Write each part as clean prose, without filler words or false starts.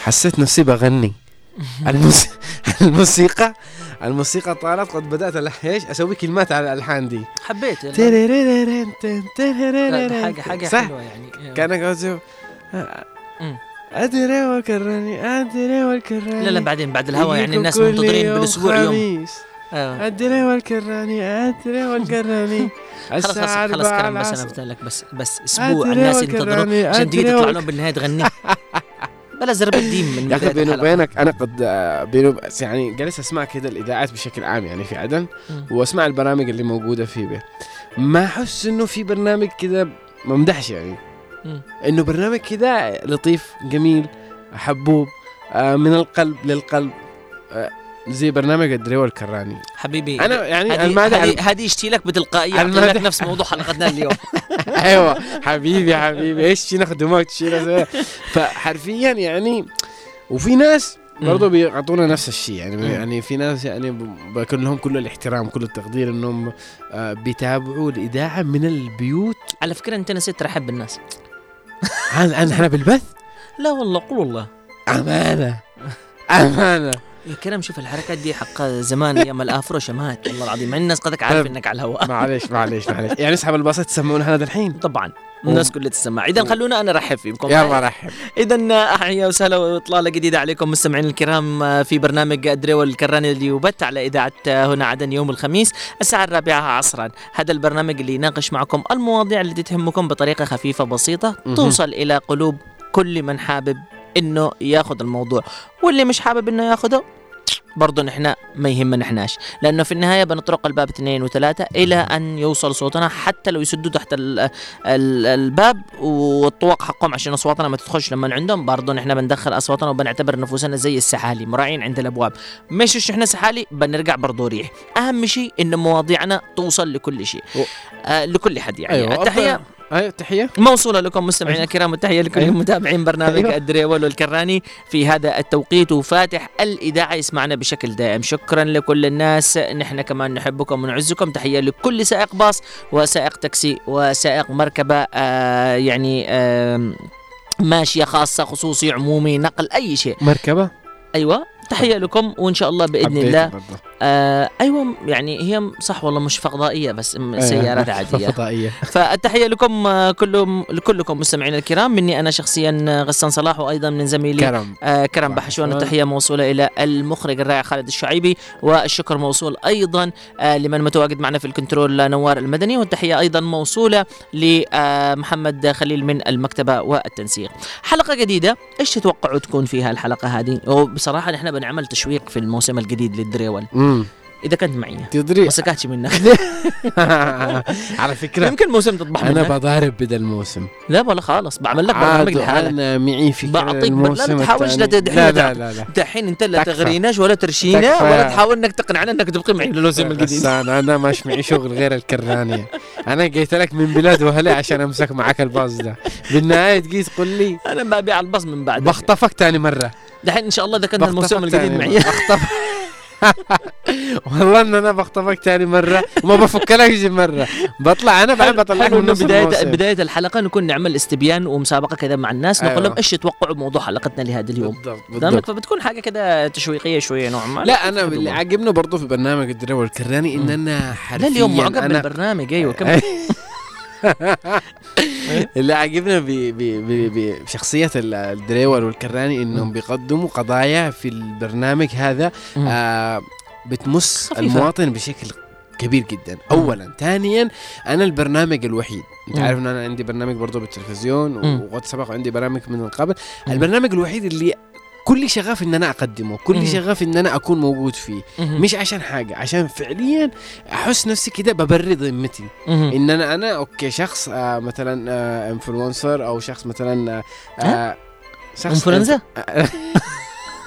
حسيت نفسي بغني. الموسيقى طالت، قد بدأت ألحيش أسوي كلمات على الألحان دي. حبيت حاجة حلوة يعني. كان أقول أدري والكراني. لا بعدين بعد الهوا يعني الناس منتظرين بالأسبوع يوم. أدري والكراني. خلاص كلام، بس أنا بتقول لك بس أسبوع الناس ينتظرون عشان تيجي تطلع لهم بالنهاية تغني. بلا زرب الدين من يا أخي بيني وبينك أنا قد يعني جالس أسمع كده الإذاعات بشكل عام يعني في عدن، وأسمع البرامج اللي موجودة فيه ما أحس إنه في برنامج كده ممدحش يعني، إنه برنامج كده لطيف جميل حبوب من القلب للقلب، زي برنامج أدري والكراني. حبيبي أنا يعني هذه يشتيلك بتلقائية لك نفس موضوع حلقتنا اليوم. أيوة حبيبي إيش نخدمك تشيله. فحرفيا يعني وفي ناس برضو بيعطونا نفس الشيء يعني في ناس يعني بكون لهم كل الاحترام كل التقدير إنهم بيتابعوا الإذاعة من البيوت. على فكرة أنت نسيت ترحب بالناس. أنا بالبث؟ لا والله قول والله. أمانة يا كرم شوف الحركات دي حق زمان ايام الافرو شمات والله العظيم، مع الناس قدك عارف انك على الهواء. معليش يعني اصحاب الباصات تسمعون هذا الحين طبعا الناس كلها تسمع. اذا خلونا انا ارحب فيكم. يلا رحب. اذا احيا وسهلا واطلاله جديده عليكم مستمعين الكرام في برنامج أدري والكراني اللي يبث على اذاعه هنا عدن يوم الخميس الساعه 4 عصرا. هذا البرنامج اللي يناقش معكم المواضيع التي تهمكم بطريقه خفيفه بسيطه توصل الى قلوب كل من حابب انه ياخذ الموضوع، واللي مش حابب انه ياخذه برضو نحن ما يهمنا نحناش، لأنه في النهاية بنطرق الباب 2 و3 إلى أن يوصل صوتنا، حتى لو يسدوا تحت الباب والطوق حقهم عشان أصواتنا ما تدخلش لما عندهم، برضو نحن بندخل أصواتنا وبنعتبر نفوسنا زي السحالي مراعين عند الأبواب. مش إحنا سحالي بنرجع برضو ريح. أهم شيء إن مواضيعنا توصل لكل شيء لكل حد يعني. أيوة. التحية موصولة لكم مستمعين الكرام، والتحية لكل متابعين برنامج أدري والكراني في هذا التوقيت وفاتح الإذاعة يسمعنا بشكل دائم. شكرا لكل الناس، نحن كمان نحبكم ونعزكم. تحية لكل سائق باص وسائق تاكسي وسائق مركبة يعني ماشية خاصة خصوصي عمومي نقل أي شيء مركبة. أيوة تحية لكم وإن شاء الله بإذن الله. أيوة يعني هي صح والله مش فضائية بس سيارات عادية فضائية. فالتحية لكم لكلكم مستمعين الكرام، مني أنا شخصيا غسان صلاح، وأيضا من زميلي كرم بحشون. التحية موصولة إلى المخرج الرائع خالد الشعيبي، والشكر موصول أيضا لمن متواجد معنا في الكنترول نوار المدني، والتحية أيضا موصولة لمحمد خليل من المكتبة والتنسيق. حلقة جديدة، إيش تتوقعوا تكون فيها الحلقة هذه؟ وبصراحة نحن بنعمل تشويق في الموسم الجديد للدريول. إذا كنت معي ما سكتش منك. على فكرة يمكن موسم تطبح أنا بضارب بدل موسم. لا ولا خلاص بعمل لك برنامج لحالك. أنا معي في الموسم. لا تحاولش لا دحين أنت لا تغريناش ولا ترشينا ولا تحاول إنك تقنعنا إنك تبقي معي للموسم الجديد. أنا مش معي شغل غير الكرانية. أنا جيت لك من بلاد وهلة عشان أمسك معك الباص ده، بالنهاية تجي تقول لي أنا ببيع الباص من بعد بخطفك تاني مرة. دحين إن شاء الله إذا كان الموسم الجديد معي والله ان انا بخطفك تاني مرة وما بفكلكش مرة، بطلع انا بعد بطلعك من بداية الحلقة نكون نعمل استبيان ومسابقة كذا مع الناس. نقول لهم ايش يتوقعوا بموضوع حلقتنا لهذا اليوم بالضبط. فبتكون حاجة كذا تشويقية شوية نوعا ما. لا انا اللي عاجبني برضو في برنامج الدري والكراني ان انا حرفيا اليوم معجب بالبرنامج. ايوه كمل. اللي عجبنا بشخصية الدريول والكراني انهم بيقدموا قضايا في البرنامج هذا بتمس المواطن بشكل كبير جدا. اولا ثانيا انا البرنامج الوحيد، انت عارف ان انا عندي برنامج برضو بالتلفزيون وقد سبق عندي برامج من قبل، البرنامج الوحيد اللي كل شغاف ان انا اقدمه، كل شغاف ان انا اكون موجود فيه، مش عشان حاجه، عشان فعليا احس نفسي كده ببرد ذمتي ان انا اوكي شخص مثلا انفلونسر او شخص مثلا شخص انفلونزا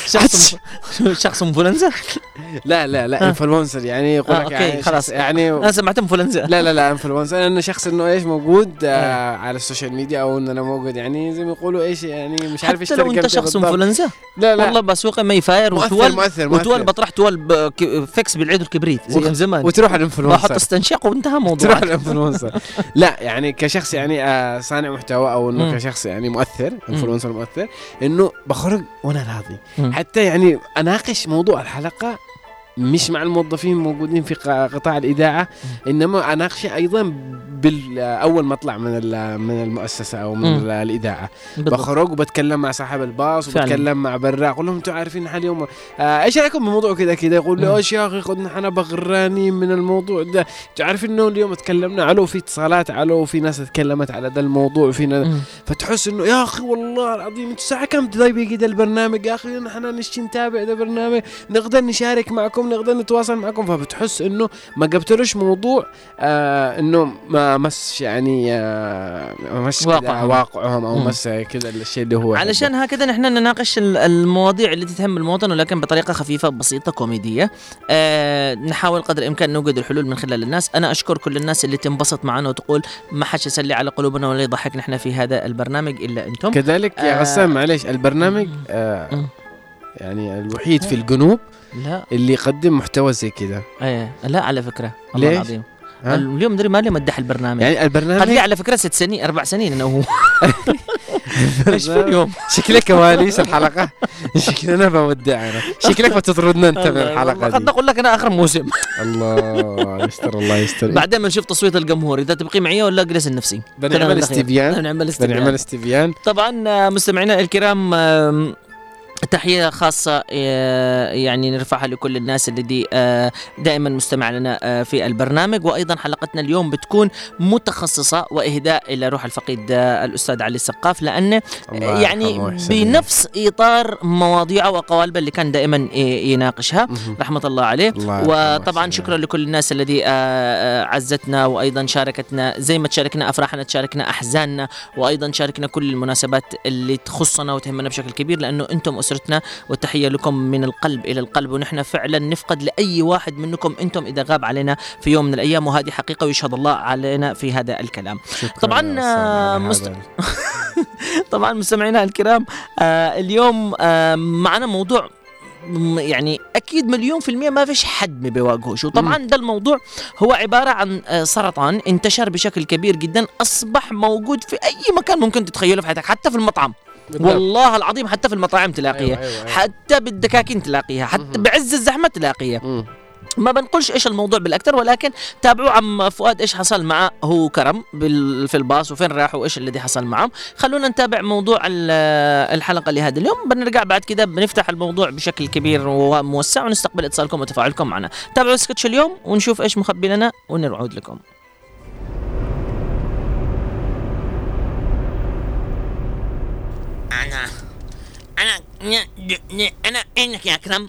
شخص انفلونزا. لا انفلونسر يعني يقول لك يعني خلاص يعني انا سمعت انفلونزا. لا انفلونسر انه شخص انه ايش موجود على السوشيال ميديا او انه موجود يعني زي ما يقولوا ايش يعني مش عارف ايش حتى لو انت شخص انفلونزا لا والله بسوق ما يفاير وتول بطرح تول فيكس بالعيد الكبريت زي زمان وتروح الانفلونسر بحط استنشاق وانتهى موضوع تروح الانفلونسر. لا يعني كشخص يعني صانع محتوى او انه كشخص يعني مؤثر انفلونسر مؤثر انه بخرج وانا راضي حتى يعني اناقش موضوع الحلقة مش مع الموظفين موجودين في قطاع الإذاعة إنما أناقش أيضا بالأول ما أطلع من المؤسسة أو من الإذاعة بخرج وبتكلم مع صاحب الباص وبتكلم مع براء أقول لهم أنتوا عارفين اليوم إيش رأيكم بالموضوع كذا يقول لي إيش يا أخي خدنا أنا بغراني من الموضوع ده. تعرف إنه اليوم تكلمنا على في اتصالات على وفي ناس تكلمت على ده الموضوع فينا فتحس إنه يا أخي والله العظيم أنتوا ساعة كم تضيبي كده البرنامج يا أخي نحن نشتي نتابع ده برنامج نقدر نشارك معكم نقدر نتواصل معكم. فبتحس انه ما قبتلوش موضوع انه ما مس يعني مش واقعهم او مس كذا الشيء اللي هو علشان هكذا نحن نناقش المواضيع اللي تهم المواطن ولكن بطريقه خفيفه بسيطه كوميديه. نحاول قدر الامكان نوجد الحلول من خلال الناس. انا اشكر كل الناس اللي تنبسط معنا وتقول ما حدش يسلي على قلوبنا ولا يضحك نحن في هذا البرنامج الا انتم كذلك يا غسان. معليش البرنامج يعني الوحيد في الجنوب لا اللي يقدم محتوى زي كده. لا على فكرة الله العظيم اليوم مدري ما لي مدح البرنامج يعني البرنامج قال لي على فكرة 6 سنين 4 سنين أنا وهو ايش في اليوم شكلك كواليس الحلقة شكلنا بودع أنا شكلك بتطردنا أنت من الحلقة دي. قد أقول لك أنا آخر موسم. الله يستر الله يستر. بعدين بنشوف تصويت الجمهور إذا تبقي معي ولا أجلس النفسي. بنعمل استبيان. طبعا مستمعينا الكرام تحية خاصة يعني نرفعها لكل الناس اللي دي دائما مستمع لنا في البرنامج. وأيضا حلقتنا اليوم بتكون متخصصة وإهداء إلى روح الفقيد الأستاذ علي السقاف لأن يعني بنفس إطار مواضيعه وقوالبه اللي كان دائما يناقشها رحمة الله عليه. وطبعا شكرا لكل الناس الذي عزتنا وأيضا شاركتنا زي ما تشاركنا أفراحنا تشاركنا أحزاننا وأيضا شاركنا كل المناسبات اللي تخصنا وتهمنا بشكل كبير لأنه أنتم أسرتنا. والتحية لكم من القلب إلى القلب ونحن فعلا نفقد لأي واحد منكم أنتم إذا غاب علينا في يوم من الأيام وهذه حقيقة ويشهد الله علينا في هذا الكلام. طبعا مستمعينا الكرام اليوم معنا موضوع يعني أكيد 100% ما فيش حد ما بيواجهوش. وطبعا ده الموضوع هو عبارة عن سرطان انتشر بشكل كبير جدا أصبح موجود في أي مكان ممكن تتخيله في حياتك حتى في المطعم والله العظيم حتى في المطاعم تلاقيها أيوة. حتى بالدكاكين تلاقيها حتى بعز الزحمة تلاقيها. ما بنقولش ايش الموضوع بالاكثر ولكن تابعوا عم فؤاد ايش حصل معه هو كرم في الباص وفين راحوا وايش الذي حصل معهم. خلونا نتابع موضوع الحلقة لهذا اليوم. بنرجع بعد كده بنفتح الموضوع بشكل كبير وموسع ونستقبل اتصالكم وتفاعلكم معنا. تابعوا سكتش اليوم ونشوف ايش مخبي لنا ونعود لكم. أنا إنك يا أكرم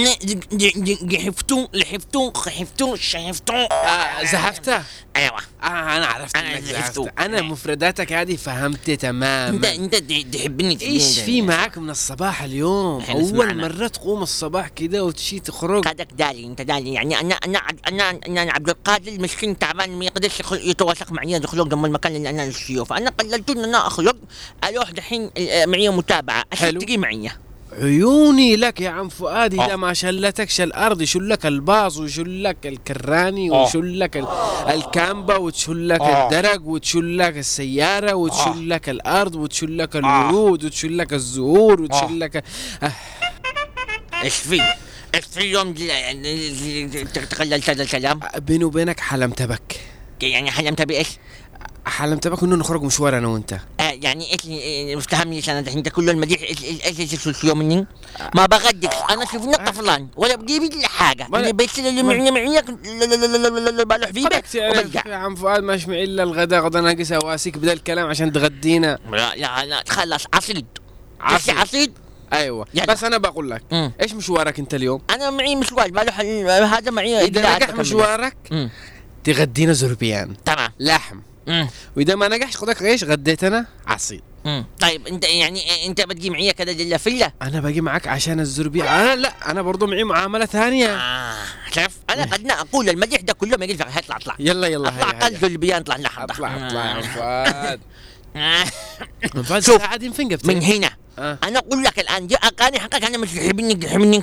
حفتو زحفته. أيوة أنا عرفت إنك زحفته. أنا مفرداتك هذه فهمت تمام. أنت تحبني. إيش في معك من الصباح اليوم؟ أول مرة تقوم الصباح كده وتشي تخرج. هذاك دالي أنت دالي يعني أنا عبد القادر مسكين تعبان ما يقدرش يتواصل معي يخرج جنب المكان اللي أنا نشيه فأنا قللت إن أنا أخرج أروح دحين معي متابعة عشان تجي معي. عيوني لك يا عم فؤاد إذا ما شلتكش الأرض يشلك الباص ويشلك الكراني ويشلك الكامبا وتشلك الدرج وتشلك السيارة وتشلك الأرض وتشلك الورود وتشلك الزهور وتشلك إيش في يوم تقللت هذا الكلام بيني وبينك حلمت بك. يعني حلمت بإيش؟ حلمت بك انه نخرج مشوار انا وانت. يعني ايش مفتهمني انا الحين كل المديح ايش يوم مني ما بغدك انا شوفني طفلان ولا بجيب لي حاجه اللي بس اللي معي بروح فيه وبرجع. يا عم فؤاد مش معي الا الغداء غدا ناقص اواسيك بدل الكلام عشان تغدينا. لا خلاص عصيد. ايوه يلا. بس انا بقول لك ايش مشوارك انت اليوم؟ انا معي مشوار بروح هذا معي اذا نجح مشوارك تغدينا زربيان تمام لحم. واذا ما نجحش خدك ايش غديت انا عصيد طيب انت يعني انت بتجي معي كده جله فله؟ انا باجي معك عشان الزربيع. انا لا، انا برضو معي معامله ثانيه. شوف انا قد اقول المديح ده كله ما يجي في اطلع يلا اطلع قل زلبيان اطلع لحظه اطلع يا عم فؤاد. فؤاد شوف قاعدين فين قبل من هنا. انا اقول لك الان جاء اغاني حقك انا مش يحبني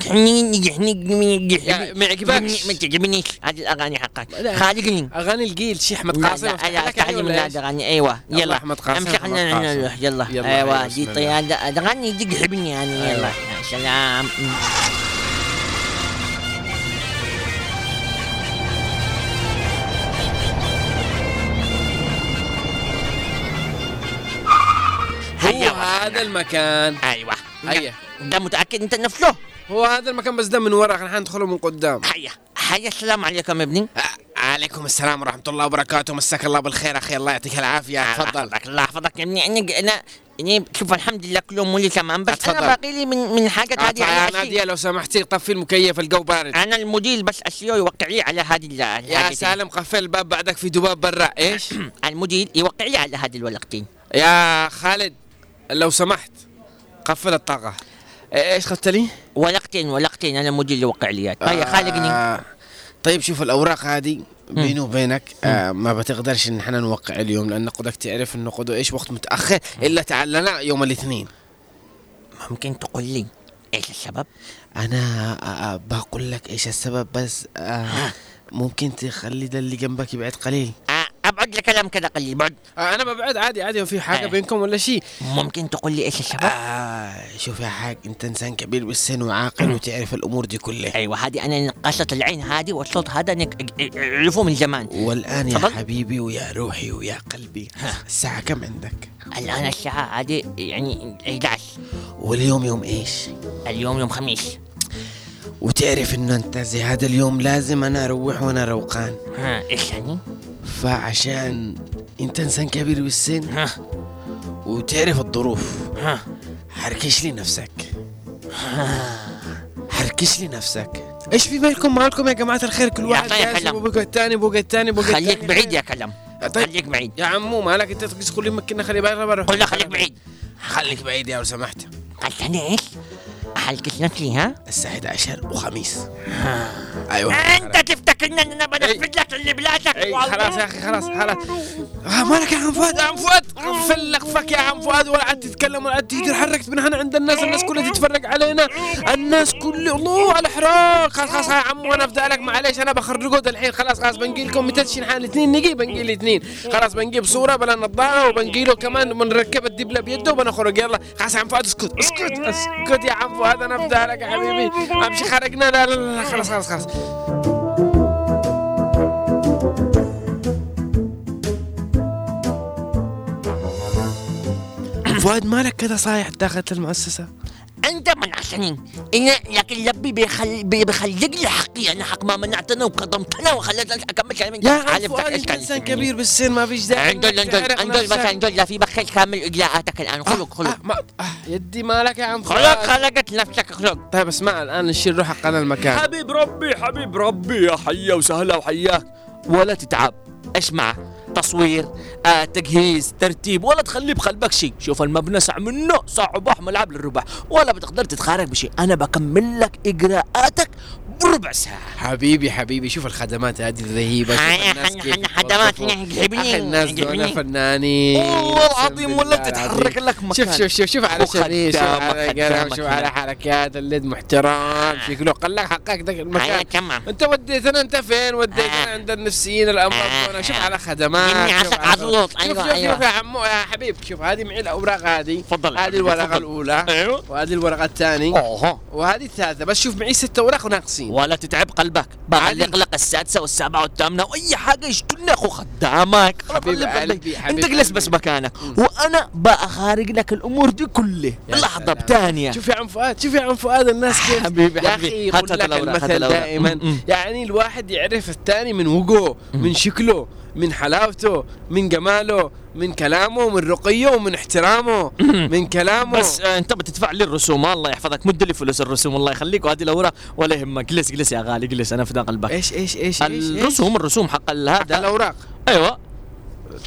ما يعجبكش، ما تعجبنيش هذه الاغاني حقك. خالقني اغاني الجيل شيخ احمد قاسم. لا تعلم من هذا اغاني. ايوه يلا احمد قاسم امسك نروح. يلا ايوه دي طيب اغاني يحبني يعني. يلا سلام. هو هذا المكان. ايوه هيا. ده متاكد انت نفسه؟ هو هذا المكان بس ده من ورا، احنا حندخله من قدام. هيا السلام عليكم يا ابني. عليكم السلام ورحمة الله وبركاته. مساك الله بالخير أخي، الله يعطيك العافية. تفضل. الله يحفظك يا ابني. أنا شوف الحمد لله كل مولي تمام، بس أتفضل. أنا باقي لي من حاجة هذه. يا نادية لو سمحتي طفي المكيف، الجو بارد. أنا المدير بس أسيو يوقع لي على هذه يا سالم قفل الباب بعدك، في دباب برا. إيش؟ المدير يوقع لي على هذه الورقتين. يا خالد لو سمحت قفل الطاقة. إيش خدت لي؟ ورقتين أنا المدير يوقع لي. هيا خالقني. طيب شوف الأوراق هذه بيني وبينك ما بتقدرش ان احنا نوقع اليوم، لان قدك تعرف انه قدو ايش وقت متاخر، الا تعال لنا يوم الاثنين. ممكن تقول لي ايش السبب؟ انا بقول لك ايش السبب، بس ممكن تخلي ده اللي جنبك يبعد قليل. ابعد لكلام كذا قليل بعد. انا ببعد عادي، في حاجه بينكم ولا شيء؟ ممكن تقول لي ايش السبب؟ شوف يا حاج، انت انسان كبير بالسن وعاقل وتعرف الامور دي كلها. ايوه هذه انا نقاشة العين هذه والصوت هذا نعرفه من زمان. والان يا حبيبي ويا روحي ويا قلبي، الساعه كم عندك؟ الان الساعه هذه يعني 11. واليوم يوم ايش؟ اليوم يوم خميس. وتعرف انه انت زي هذا اليوم لازم انا اروح وانا روقان. ايش يعني؟ فعشان انت انسان كبير بالسن وتعرف الظروف، حركش لي نفسك. حركش لي نفسك. ايش في بالكم مالكم يا جماعه الخير؟ كل واحد جالس وبقى الثاني خليك بعيد يا كلام. طيب. خليك بعيد يا عمو مالك انت تقيس كل مكنا؟ خلي بالك بروح. قول له خليك بعيد. خليك بعيد يا لو سمحت. قلت انا ايش؟ احلكش نفسي الساعة 11 وخميس. ايوه انت تفتكرني ان انا بنفذ لك اللي بلادك؟ خلاص يا اخي خلاص. مالك يا عم فؤاد؟ يا عم فؤاد قفل لك فك يا عم فؤاد، ولا عاد تتكلم ولا عاد تيجي. حركت من هنا عند الناس كلها تتفرج علينا، الناس كلها الله على احراق. خلاص يا عم وانا افدى لك، معليش انا بخرجود الحين. خلاص بنجي لكم متى تشين الاثنين نجي، بنجي الاثنين. خلاص بنجيب صورة بلا نظارة، وبنجي له كمان بنركب الدبلة بيده وبنخرج. يلا خلاص يا عم فؤاد اسكت يا عم فؤاد، انا افدى لك يا حبيبي. امشي خرجنا. لا خلاص. فؤاد مالك كذا صايح داخل المؤسسة؟ انت منعتني لكن ربي بيخلق لي حقي. انا حق ما منعتنا وقدمتنا وخليتنا اكمل كلامي. يا عم فؤاد انت انسان كبير بالسن، ما فيش داعي. انجل في بخيل كامل اجراءاتك الان. خلق يدي مالك يا عم فؤاد؟ خلقت نفسك خلق. طيب اسمع، الان نشيل روحك على المكان. حبيب ربي يا حيا وسهلا وحياك. ولا تتعب، اسمع، تصوير تجهيز ترتيب، ولا تخلي بقلبك شيء. شوف المبنى ساعة منه ساعة رباح ملعب للرباح، ولا بتقدر تتخارج بشيء. انا بكمل لك اجراءاتك بربع ساعة. حبيبي شوف الخدمات هذه الرهيبة. خدمات الناس دول فنانين والله العظيم، ولا تتحرك لك مكان. شوف على شريش، شوف على حركات الليد محترم. شكله قال لك حقك ذاك المكان. انت وديتنا انت فين؟ وديتنا عند النفسيين الامراض. شوف على خدمات. شوف يا عمو يا حبيب، شوف هذه معي الاوراق هذه. تفضل. هذه الورقة الاولى. ايوه. وهذه الورقة الثانية. وهذه الثالثة. بس شوف معي 6 اوراق وناقصين. ولا تتعب قلبك، بعلق لك السادسة والسابعة والثامنة واي حاجة يشتني اخو خدامك. حبيبي انت جلس بس مكانك وانا بخارج لك الامور دي كلها لحظة بثانية. شوف يا عم فؤاد الناس كيف. حبيبي يا اخي يقول لك المثل دائما، يعني الواحد يعرف الثاني من وقوه، من شكله، من حلاوته، من جماله، من كلامه، من رقيه، ومن احترامه، من كلامه. بس انت بتدفع لي الرسوم، الله يحفظك. مد لي فلوس الرسوم الله يخليك، وهذه الاوراق ولا يهمك. جلس يا غالي، جلس. انا في قلبك. ايش الرسوم حق هذا الاوراق. ايوه.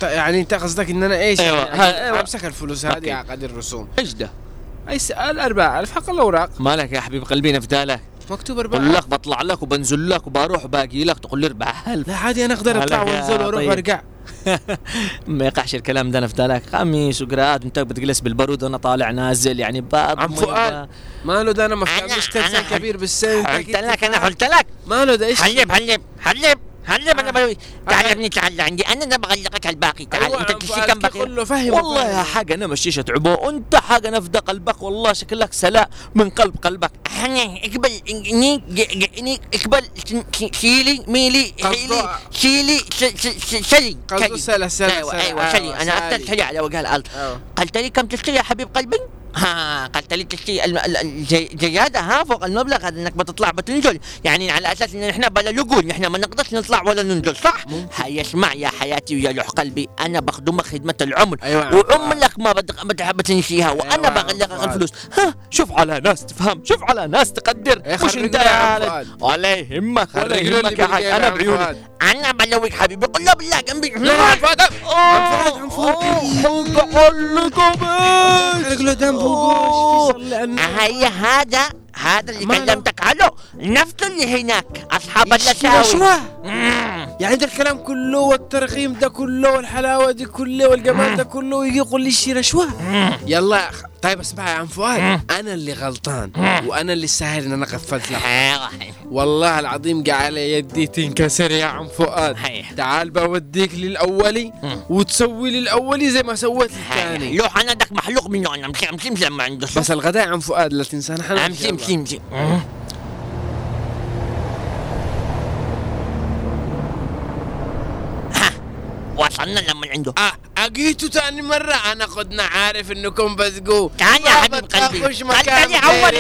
يعني انت قصدك ان انا ايش؟ أيوة. امسك الفلوس هذه عقد الرسوم. ايش ده؟ اي سؤال 4000 حق الاوراق. مالك يا حبيب قلبي نفتالك؟ مكتوب بقول 4000. لك بطلع لك وبنزل لك وبروح وباقي لك تقول لي 4000. لا عادي انا اقدر اطلع وانزل واروح طيب. وارجع. ما يقعش الكلام ده نفتالك. قميص وقراءات وانت بتجلس بالبرود وانا طالع نازل يعني بعض. عم فؤاد ماله ده؟ انا مش انسان كبير بالسن. قلت لك ماله ده؟ ايش حلب انا بلوي. تعال يا ابني تعال عندي انا بغلقك الباقي. تعال أيوة انت تشتري كم باقي كله فهم. والله يا حاجه انا مشيشه عبو وانت حاجه نفذ قلبك والله شكلك سلاء من قلبك. اقبل اقبل شيلي ميلي حيلي شيلي شلي قصده سلا ايوه شلي انا اكثر شلي على وجه الارض. قلت لي كم تشتري يا حبيب قلبي؟ قلت لي تشتري الزياده فوق المبلغ هذا انك بتطلع بتنزل يعني على اساس ان احنا بلا لقول نحن ما نقدرش نطلع ولا ننزل صح؟ هيا اسمع يا حياتي ويا لوح قلبي انا بخدمك خدمه العمر. أيوة. وعمرك ما بتنسيها وانا بغلقك الفلوس. شوف على ناس تفهم شوف على ناس تقدر مش انت يا ولد ولا يهمك يا حاج انا بعيوني انا بلويك حبيبي قل له بالله جنبي. لا فؤاد هيا هذا اللي كلمتك عنه نفس اللي هناك اصحاب اللساوي. يعني ده الكلام كله والترقيم ده كله والحلاوه دي كله والجمال ده كله ويجي يقول لي الشي رشوه. يلا طيب اسمع يا عم فؤاد انا اللي غلطان وانا اللي سهل ان انا غفلت لك والله العظيم قاعد يدي تنكسر يا عم فؤاد. تعال بوديك للاولي وتسوي لي الاولي زي ما سويت الثاني. لو عندك محلوق منه انا امشي ما عنده بس الغداء يا عم فؤاد لا تنسى انا امشي وصلنا لما عنده. اجيتوا ثاني مرة انا قدنا عارف انكم بتقوا. تعال يا حبيب قلبي تعال اول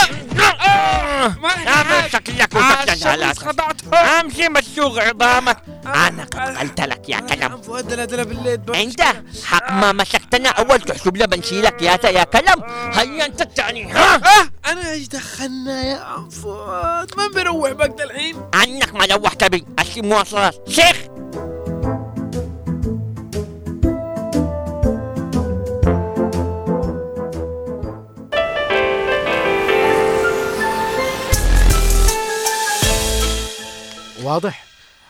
شكلك امشي مسوق عظامك. انا قلت لك يا كلام انت حق ما مسكتنا اول تحسب لي بنشيلك يا كلام. هيا انت الثاني انا ايش دخلنا يا عم فؤاد ما بروح بك الحين عنك ما لوحت بي اشي مواصلات شيخ. واضح.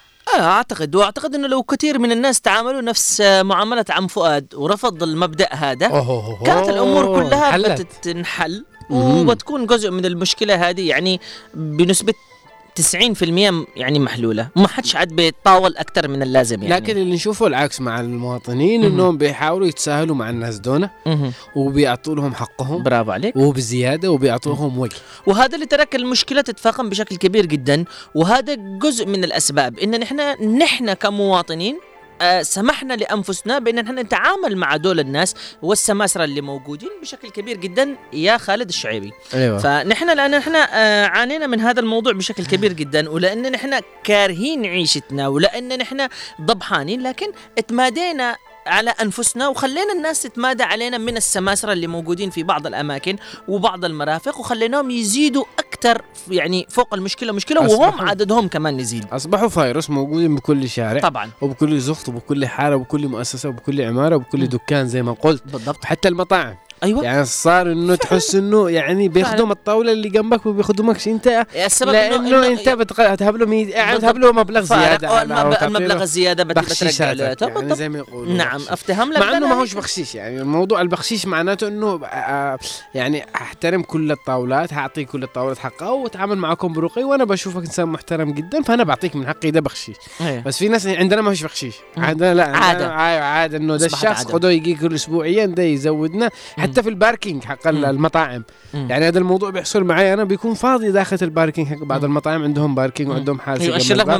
اعتقد انه لو كثير من الناس تعاملوا نفس معامله عم فؤاد ورفض المبدا هذا كانت الامور كلها بتنحل وبتكون جزء من المشكله هذه يعني بنسبه 90% يعني محلولة. ما حدش عاد بيتطاول أكتر من اللازم يعني. لكن اللي نشوفه العكس مع المواطنين إنهم بيحاولوا يتساهلوا مع الناس دونه وبيعطوا لهم حقهم. برافو عليك. وبزيادة وبيعطوهم وجه. وهذا اللي ترك المشكلة تتفاقم بشكل كبير جدا. وهذا جزء من الأسباب إن نحن كمواطنين سمحنا لأنفسنا بأن نحن نتعامل مع دول الناس والسماسرة اللي موجودين بشكل كبير جدا يا خالد الشعيبي. أيوة. فنحن لأن نحن عانينا من هذا الموضوع بشكل كبير جدا ولأن نحن كارهين عيشتنا ولأن نحن ضبحانين لكن اتمادينا على أنفسنا وخلينا الناس تتمادى علينا من السماسرة اللي موجودين في بعض الأماكن وبعض المرافق وخليناهم يزيدوا أكثر يعني فوق المشكلة وهم عددهم كمان يزيد. أصبحوا فيروس موجودين بكل شارع طبعا وبكل زخط وبكل حارة وبكل مؤسسة وبكل عمارة وبكل دكان زي ما قلت بالضبط. حتى المطاعم. أيوة. يعني صار إنه تحس إنه يعني بيخدم الطاولة اللي جنبك وبيخدمكش أنت لأنه أنت تهب له مبلغ زيادة المبلغ الزيادة بترجع له يعني زي ما يقولوا. نعم أفتهم لك مع إنه ما هوش بخشيش يعني الموضوع البخشيش معناته إنه يعني أحترم كل الطاولات هعطيك كل الطاولات حقها وأتعامل معكم برقي وأنا بشوفك إنسان محترم جدا فأنا بعطيك من حقي ده بخشيش. بس في ناس عندنا ما هوش بخشيش عندنا لا عادة إنه ده الشخص خده يجي كل أسبوعيا ده يزودنا حتى في الباركينج حق المطاعم. يعني هذا الموضوع بيحصل معي أنا بيكون فاضي داخل الباركينج حق بعض المطاعم عندهم باركينج وعندهم حاسب يأشر لك من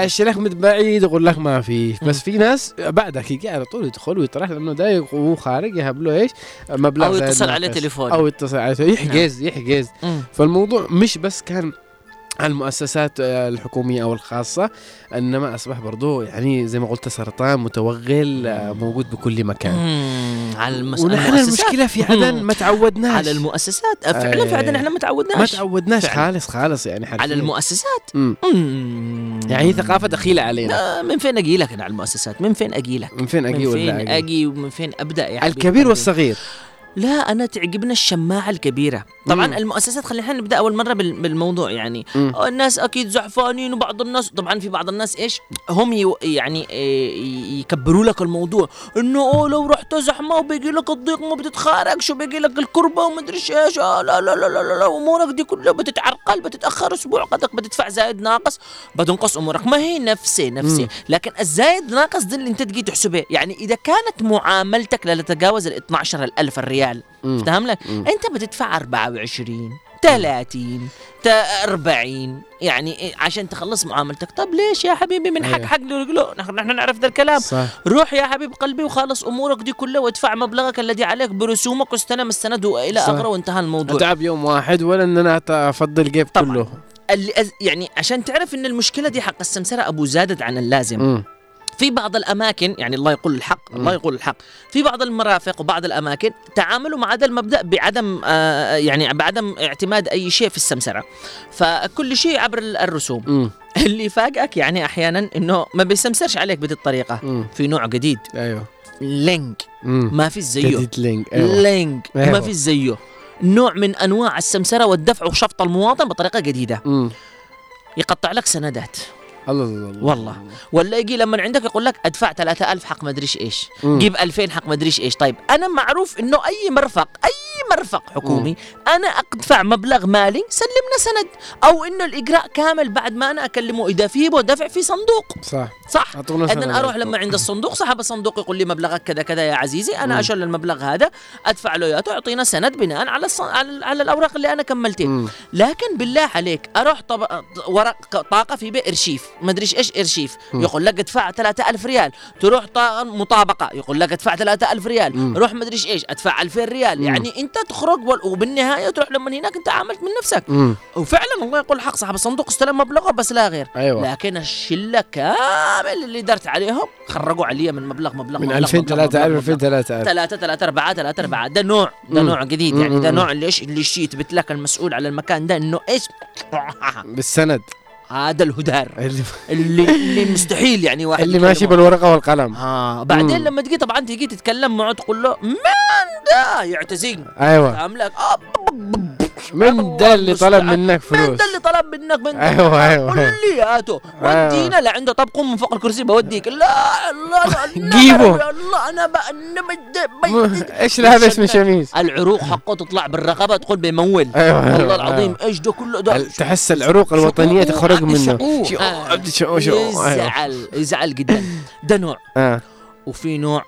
بعيد يقول لك ما في. بس في ناس بعدك يجي على طول يدخل ويطرح لأنه ده هو خارج يهب له إيش مبلغ أو يتصل عليه تليفون أو يتصل عليه يحجز. فالموضوع مش بس كان المؤسسات الحكومية أو الخاصة، إنما أصبح برضو يعني زي ما قلت سرطان متوغل موجود بكل مكان. ونحن المشكلة في عدن ما تعودناش على المؤسسات. فعلا في عدن احنا ما تعودناش خالص يعني على المؤسسات. يعني ثقافة دخيلة علينا. من فين أجي لك أنا على المؤسسات؟ من فين أجي لك؟ من فين أجي ومن فين أبدأ يا الكبير والصغير؟ لا أنا تعجبنا الشماعة الكبيرة. طبعا المؤسسات خلينا نبدأ أول مرة بالموضوع. يعني الناس أكيد زحفانين، وبعض الناس طبعا في بعض الناس إيش هم يعني يكبروا لك الموضوع إنه لو رحت زحمة وبيجي لك الضيق ما بتتخارجش وبيجي لك الكربة وما أدري إيش. لا لا لا لا لا أمورك دي كلها بتتعرقل، بتتأخر أسبوع، قدك بتدفع زائد ناقص، بتنقص أمورك. ما هي نفسي لكن الزائد ناقص ده اللي أنت تجي تحسبه. يعني إذا كانت معاملتك لا تتجاوز 12,000 ريال افتهم لك انت بتدفع 24 30 40 يعني عشان تخلص معاملتك. طب ليش يا حبيبي من حق نحن نعرف ذا الكلام. صح. روح يا حبيب قلبي وخلص امورك دي كلها وادفع مبلغك الذي عليك برسومك واستلم السند والى اخره وانتهى الموضوع. اتعب يوم واحد ولا ان انا افضل جيب كله. يعني عشان تعرف ان المشكله دي حق السمسره ابو زادت عن اللازم. في بعض الأماكن يعني الله يقول الحق في بعض المرافق وبعض الأماكن تعاملوا مع هذا المبدأ بعدم يعني بعدم اعتماد أي شيء في السمسرة، فكل شيء عبر الرسوم. اللي يفاجئك يعني أحيانا إنه ما بيسمسرش عليك بهذه الطريقة. في نوع جديد لينك ما في زيه. لينك ما في زيه. نوع من أنواع السمسرة والدفع وشفط المواطن بطريقة جديدة. يقطع لك سندات. الله والله. ولا يجي لما عندك يقول لك ادفع 3000 حق ما ادريش ايش، جيب 2000 حق ما ادريش ايش. طيب انا معروف انه اي مرفق حكومي انا ادفع مبلغ مالي سلمنا سند، او انه الاجراء كامل بعد ما انا اكلمه اذا في دفع في صندوق. صح. انا اروح لما عند الصندوق صاحب الصندوق يقول لي مبلغك كذا كذا يا عزيزي، انا اشيل المبلغ هذا ادفع له اياه يعطينا سند بناء على الاوراق اللي انا كملتها. لكن بالله عليك اروح ورق طاقه في بئر ارشيف ما ادريش ايش ارشيف يقول لك ادفع 3000 ريال، تروح مطابقه يقول لك ادفع 3000 ريال، روح ما ادريش ايش ادفع 2000 ريال. يعني انت تخرج وبالنهايه تروح لما هناك انت عملت من نفسك. وفعلا الله يقول الحق صاحب الصندوق استلم مبلغه بس لا غير. لكن الشله كامل اللي درت عليهم خرجوا عليا من مبلغ من 2000 3000 3 4 ده نوع جديد. يعني ده نوع اللي يثبت لك المسؤول على المكان ده انه ايش بالسند. هذا الهدار اللي مستحيل يعني واحد اللي ماشي بالورقه والقلم. بعدين لما تجي طبعا تجي تتكلم معه تقول له من ده يعتزين. ايوه من ده اللي طلب منك فلوس، من ده اللي طلب منك من ايوه قول لي هاته ودينا لعنده. طب قم من فوق الكرسي بوديك. لا جيبه. الله انا ايش لابس اسم شميس العروق حقه تطلع بالرقبه تقول بيمول. والله العظيم ايش ده كله ده تحس العروق الوطنيه تخرج منه. يزعل جدا. ده نوع. وفي نوع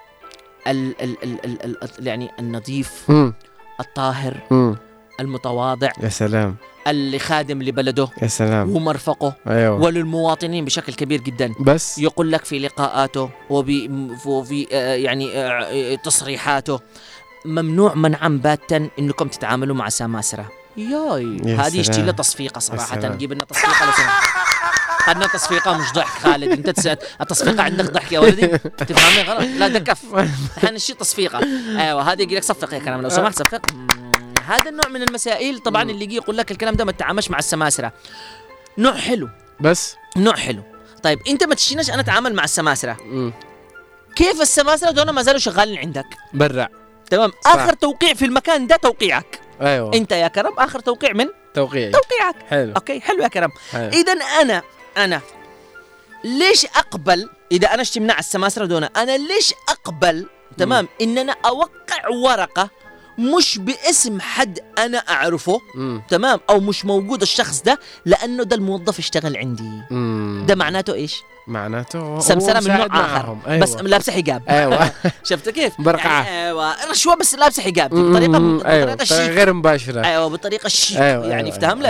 يعني النظيف الطاهر المتواضع. يا سلام. اللي خادم لبلده. يا سلام. ومرفقه. وللمواطنين بشكل كبير جدا. بس يقول لك في لقاءاته وفي يعني تصريحاته ممنوع منعا باتا انكم تتعاملوا مع سماسرة. هذه يشتي لها تصفيقه صراحه. نجيب لنا تصفيقه لو سمحت. قدنا تصفيقه مش ضحك خالد. انت التصفيقه عندك ضحك يا ولدي تفهمني غلط. لا ده كف احنا الشيء تصفيقه. هذه يجي لك صفق يا كلام لو سمحت صفق. هذا النوع من المسائل طبعا اللي يجي يقول لك الكلام ده ما تتعاملش مع السماسرة. نوع حلو بس نوع حلو. طيب انت ما تشيناش انا اتعامل مع السماسرة. كيف السماسرة دول ما زالوا شغالين عندك برع. تمام. اخر توقيع في المكان ده توقيعك. انت يا كرم اخر توقيع من توقيعك. حلو. اوكي حلو يا كرم. اذا انا ليش اقبل اذا انا اشتمنع السماسرة دون انا ليش اقبل تمام ان انا اوقع ورقة مش باسم حد انا اعرفه تمام او مش موجود الشخص ده لانه ده الموظف اشتغل عندي. ده معناته ايش؟ معناته سمسرة من نوع آخر. بس لابسة حجاب. شفت كيف؟ برقعة. يعني رشوة بس لابسة حجاب بطريقة غير مباشرة. بطريقة الشيك. يعني افتهم لك.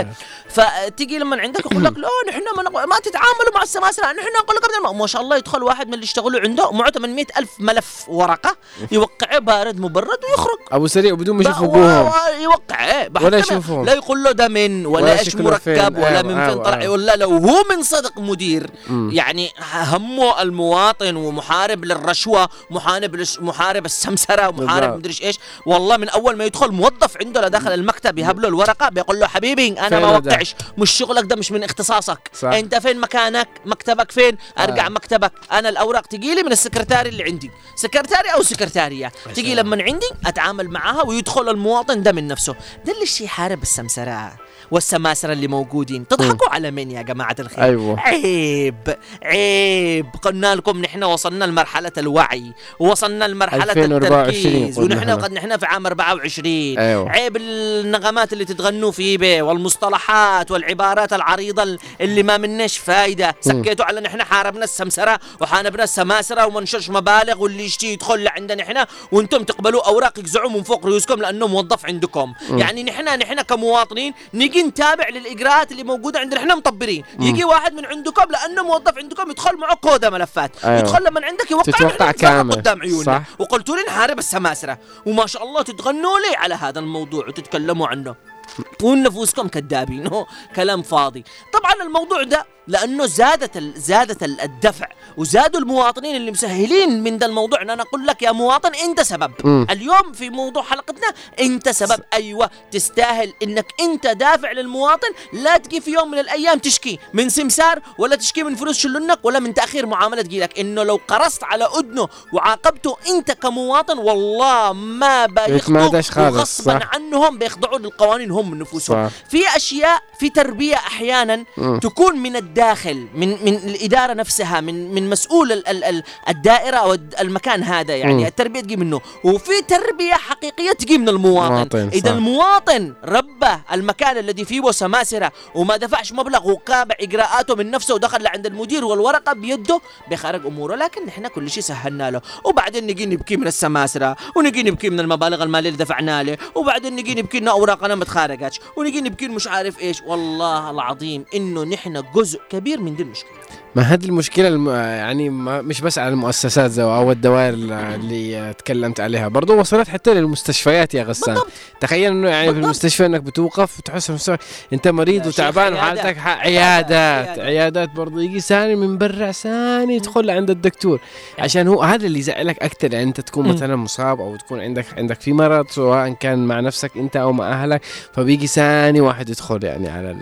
فتيجي لما عندك يقول لك لا نحن ما تتعاملوا مع السماسرة، نحن نقول لك ما شاء الله يدخل واحد من اللي يشتغلوا عنده معه 800,000 ملف ورقة يوقعه بارد مبرد ويخرج ابو سريع بدون ما يشوف ابوهم يوقع ولا يشوفهم، لا يقول له ده من ولا ايش مركب ولا من فين طلع، ولا لو هو من صدق مدير يعني همه المواطن ومحارب للرشوة، محارب السمسرة ومحارب مدري ايش. والله من اول ما يدخل موظف عنده لداخل المكتب يهب له الورقة بيقول له حبيبي انا ما وقعش، مش شغلك ده، مش من اختصاصك صح. انت فين مكانك؟ مكتبك فين؟ ارجع مكتبك. انا الاوراق تجيلي من السكرتاري اللي عندي، سكرتاري او سكرتارية تجي لما عندي اتعامل معها ويدخل المواطن ده من نفسه. ده اللي الشيء يحارب السمسرة والسماسرة اللي موجودين. تضحكوا على مين يا جماعة الخير؟ أيوة. عيب قلنا لكم نحن وصلنا لمرحلة الوعي ووصلنا لمرحلة التركيز، ونحن قد نحن في عام 24. أيوة. عيب النغمات اللي تتغنوا فيه به والمصطلحات والعبارات العريضة اللي ما منش فايدة. سكيتوا على نحن حاربنا السمسرة وحاربنا السماسرة ومنشرش مبالغ، واللي يشتي يدخل لعندنا نحن وانتم تقبلوا أوراق يقزعوا من فوق رؤوسكم لأنه موظف عندكم. يعني نحن كمواطنين نيجي نتابع للإجراءات اللي موجودة عندنا، احنا مطبرين. يجي واحد من عندكم لأنه موظف عندكم يدخل معه كودة ملفات. أيوة. يدخل لما عندك يوقع كامل قدام عيوننا وقلتوا لي نحارب السماسرة، وما شاء الله تتغنوا لي على هذا الموضوع وتتكلموا عنه ونفوسكم كذابين. كلام فاضي. طبعا الموضوع ده لأنه زادت الدفع وزادوا المواطنين اللي مسهلين من ده الموضوع. أنا أقول لك يا مواطن أنت سبب. اليوم في موضوع حلقتنا أنت سبب. أيوة تستاهل إنك أنت دافع للمواطن. لا تجي في يوم من الأيام تشكي من سمسار ولا تشكي من فلوس شلونك ولا من تأخير معاملة تجيلك. إنه لو قرصت على أذنه وعاقبته أنت كمواطن والله ما بيخضعوا، وغصبا عنهم بيخضعوا للقوانين هم من نفوسهم. في أشياء في تربية أحيانا تكون من الداخل من الإدارة نفسها، من مسؤول الدائرة أو المكان هذا. يعني التربية تجي منه، وفي تربية حقيقية تجي من المواطن. إذا المواطن ربى المكان الذي فيه سماسرة وما دفعش مبلغ وقابع إجراءاته من نفسه ودخل لعند المدير والورقة بيده بيخرج أموره. لكن نحن كل شيء سهلنا له، وبعدين نجي نبكي من السماسرة ونجي نبكي من المبالغ المالية اللي دفعنا له، وبعدين نجي نبكي لنا أوراقنا ما تخارجتش، ونجي نبكي مش عارف إيش. والله العظيم إنه نحن جزء كبير من دي المشكلة. ما هذه المشكلة يعني مش بس على المؤسسات أو الدوائر اللي تكلمت عليها، برضو وصلت حتى للمستشفيات يا غسان. تخيل إنه يعني في المستشفى إنك بتوقف وتحس نفسك أنت مريض وتعبان وحالتك عيادات برضو يجي ثاني من برا ثاني يدخل عند الدكتور عشان هو هذا اللي يزعلك أكتر. يعني أنت تكون مثلا مصاب أو تكون عندك في مرض سواء كان مع نفسك أنت أو مع أهلك، فبيجي ثاني واحد يدخل يعني على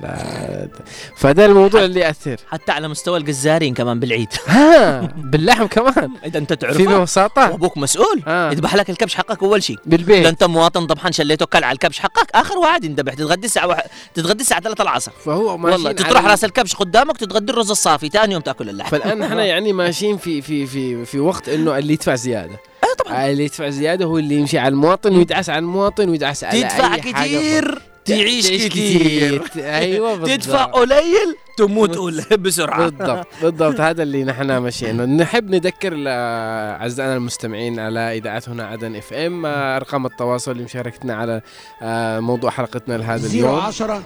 فده الموضوع اللي يأثر حتى على مستوى الجزارين كمان بالعيد. باللحم كمان إذا أنت تعرف في ببساطة وأبوك مسؤول يذبح لك الكبش حقك أول شيء بالبيت. ده أنت مواطن طبعا شليته كل على الكبش حقك، آخر واحد يندبح. تتغدي الساعة 3 العصر، فهو والله تطرح راس الكبش قدامك تتغدي الرز الصافي، ثاني يوم تأكل اللحم. فالآن احنا يعني ماشيين في وقت إنه اللي يدفع زيادة. طبعا اللي يدفع زيادة هو اللي يمشي على المواطن ويدعس على المواطن ويدعس على تدفع أي حاجة كتير تعيش كتير. أيوة بالضبط. تدفع قليل تموت بسرعة. بالضبط هذا اللي نحن ماشيينه. نحب نذكر أعزائنا المستمعين على إذاعة هنا عدن اف ام أرقام التواصل لمشاركتنا على موضوع حلقتنا لهذا اليوم 010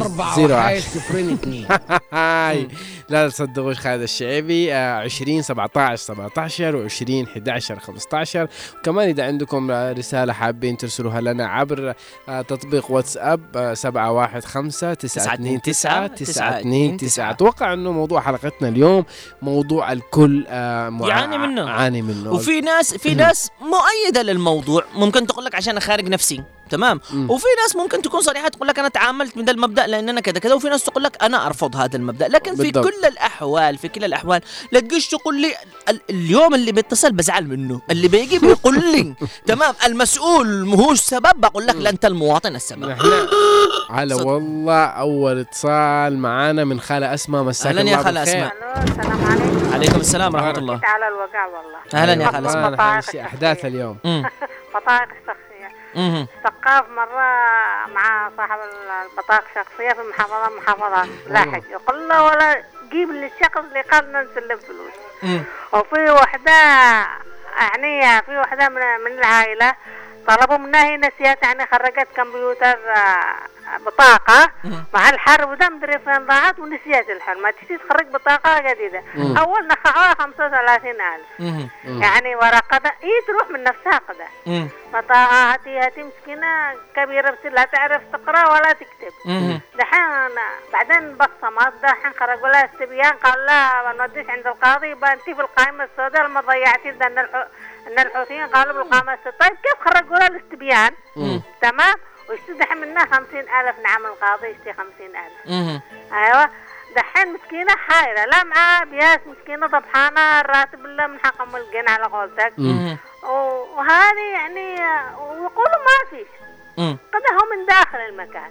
4 لا تصدقوش خالد الشعيبي 20 17 17 و20 11 15. وكمان إذا عندكم رسالة حابين ترسلوها لنا عبر تطبيق واتساب 715 929 929. أتوقع أنه موضوع حلقتنا اليوم موضوع الكل يعاني منه. وفي ناس مؤيدة للموضوع، ممكن تقول لك عشان أخارج نفسي تمام. وفي ناس ممكن تكون صريحة تقول لك أنا تعاملت من ذا المبدأ لأن أنا كذا كذا، وفي ناس تقول لك أنا أرفض هذا المبدأ. لكن في كل الأحوال لا تجيش تقول لي اليوم اللي بيتصل بزعل منه، اللي بيجي بيقول لي تمام المسؤول مهوش سبب، بقول لك لا أنت المواطن السبب. على والله أول اتصال معانا من خالة أسماء. مساك الله بالخير. أهلا يا خالة أسماء. السلام عليكم. عليكم السلام ورحمة الله. على الوقع والله. أهلا يا خالة أسماء. أحداث اليوم. بطاقة شخصية. سقاف مرة مع صاحب البطاقة الشخصية في محافظة لاحق يقول له ولا جيب للشخص اللي قال نسلم فلوس. وفي وحدة يعني في وحدة من العائلة طلبوا منها هي نسيت يعني خرجت كمبيوتر بطاقة مع الحر وده مدري فين ضاعت ونسيت الحر، ما تشتي تخرج بطاقة جديدة. أول نخعوها 35,000 يعني ورقة تروح من نفسها كده. بطاقة هاتي مسكينة كبيرة بس لا تعرف تقرأ ولا تكتب. دحين بعدين بصمت دحين خرجوا لها استبيان قال لها ما نوديش عند القاضي يبقى انت في القائمة السوداء لما ضيعتي ده ان الحوثيين قالوا بالقائمة السوداء. طيب كيف خرجوا لها الاستبيان؟ تمام. واشتدح منها 50,000. نعم القاضي يشتي 50,000. ايوه دحين مسكينة حايرة لا معاه بياس مسكينة طبحانة الراتب الله من حق ام الجن على قولتك. وهذه يعني ويقولوا ما فيش قد هو من داخل المكان.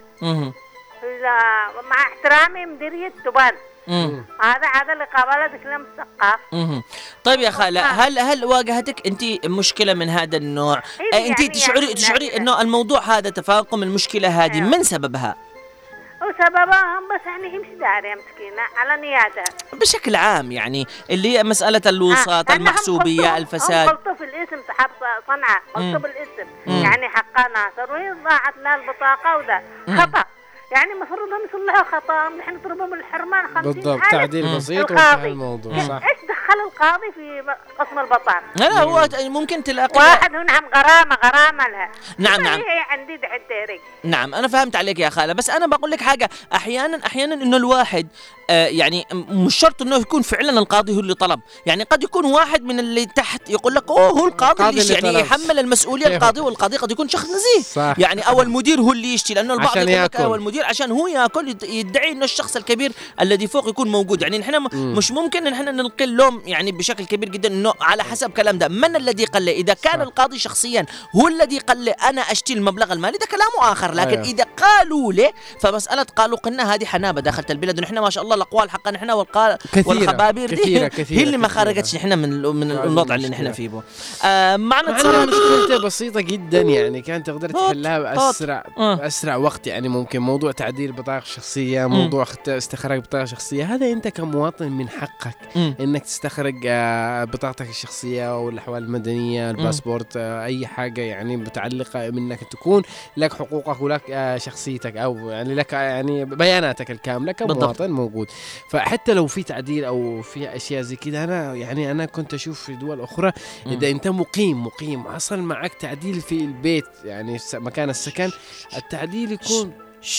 مع احترامي مديرية تبان. هذا اللي قابله كلام الثقاف. طيب يا خالة هل واجهتك انت مشكلة من هذا النوع؟ انت تشعري انه الموضوع هذا تفاقم المشكلة هذه من سببها؟ وسببها هم بس يعني مش داري مسكينة على نياتها بشكل عام يعني اللي هي مسألة الوساط المحسوبية الفساد. قلتوا في الاسم صحاب صنعاء قلتوا بالاسم يعني حقا ناصر وهي ضاعت لها البطاقة وده خطأ يعني المفروض هم يصلحوا خطأ. نحن نطلبوا من الحرمان 50,000 بالضبط تعديل بسيط وانتهى الموضوع. صح. ايش دخل القاضي في قسم البطاقة؟ لا هو ممكن تلاقي واحد نعم غرامة لها. نعم هي عندي دعتيري. نعم أنا فهمت عليك يا خالة بس أنا بقول لك حاجة أحيانا إنه الواحد يعني مش شرط إنه يكون فعلا القاضي هو اللي طلب. يعني قد يكون واحد من اللي تحت يقول لك هو القاضي اللي يعني يحمل المسؤولية القاضي والقاضي قد يكون شخص نزيه. يعني أو المدير هو اللي يشتي لأنه البعض يقول لك هو المدير عشان هو ياكل يدعي انه الشخص الكبير الذي فوق يكون موجود. يعني نحن مش ممكن ان احنا نلقي اللوم يعني بشكل كبير جدا انه على حسب كلام ده من الذي قال له. اذا كان القاضي شخصيا هو الذي قال له انا اشتي المبلغ المالي ده كلامه اخر. لكن اذا قالوا له فمساله قالوا قلنا هذه حنابه داخل البلد ونحن ما شاء الله الاقوال حقا نحن والخبابير دي هي اللي ما خرجتش نحن من الوضع اللي نحن فيه. معنا مشكلته بسيطه جدا يعني كانت تقدر تحلها باسرع وقت. يعني ممكن موضوع تعديل بطاقة شخصية موضوع استخراج بطاقة شخصية هذا أنت كمواطن من حقك إنك تستخرج بطاقتك الشخصية والأحوال المدنية الباسبورت أي حاجة يعني متعلقة بأنك تكون لك حقوقك ولك شخصيتك أو يعني لك يعني بياناتك الكاملة كمواطن موجود. فحتى لو في تعديل أو في أشياء زي كده أنا كنت أشوف في دول أخرى إذا أنت مقيم حصل معك تعديل في البيت يعني مكان السكن التعديل يكون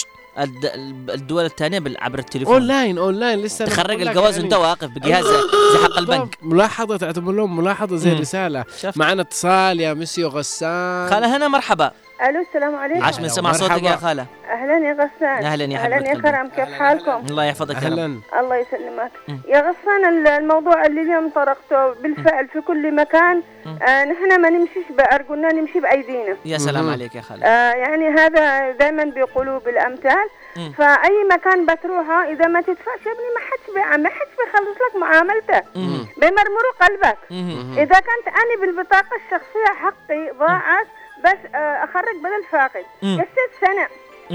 الدول الثانية عبر التليفون اونلاين لسه تخرج الجواز وانت واقف بجهاز زي حق البنك. ملاحظة تعتبر لهم ملاحظة زي الرسالة. معنا اتصال يا مسيو غسان. خالة هنا مرحبا. الو السلام عليكم. عاش من سمع صوتك يا خالة. اهلا يا غسان. اهلا يا حبيبتي. اهلا يا كرم كيف حالكم؟ الله يحفظك يا رب. الله يسلمك. يا غسان الموضوع اللي اليوم طرقته بالفعل في كل مكان. نحن ما نمشيش قلنا نمشي بايدينا. يا سلام عليك يا خالة. يعني هذا دائما بيقولوا بالامثال. فاي مكان بتروحه اذا ما تدفعش يا ابني ما حدش بيخلص لك معاملته. بيمرمروا قلبك. اذا كنت انا بالبطاقه الشخصيه حقي ضاعت بس اخرج بدل فاقد قصة سنة.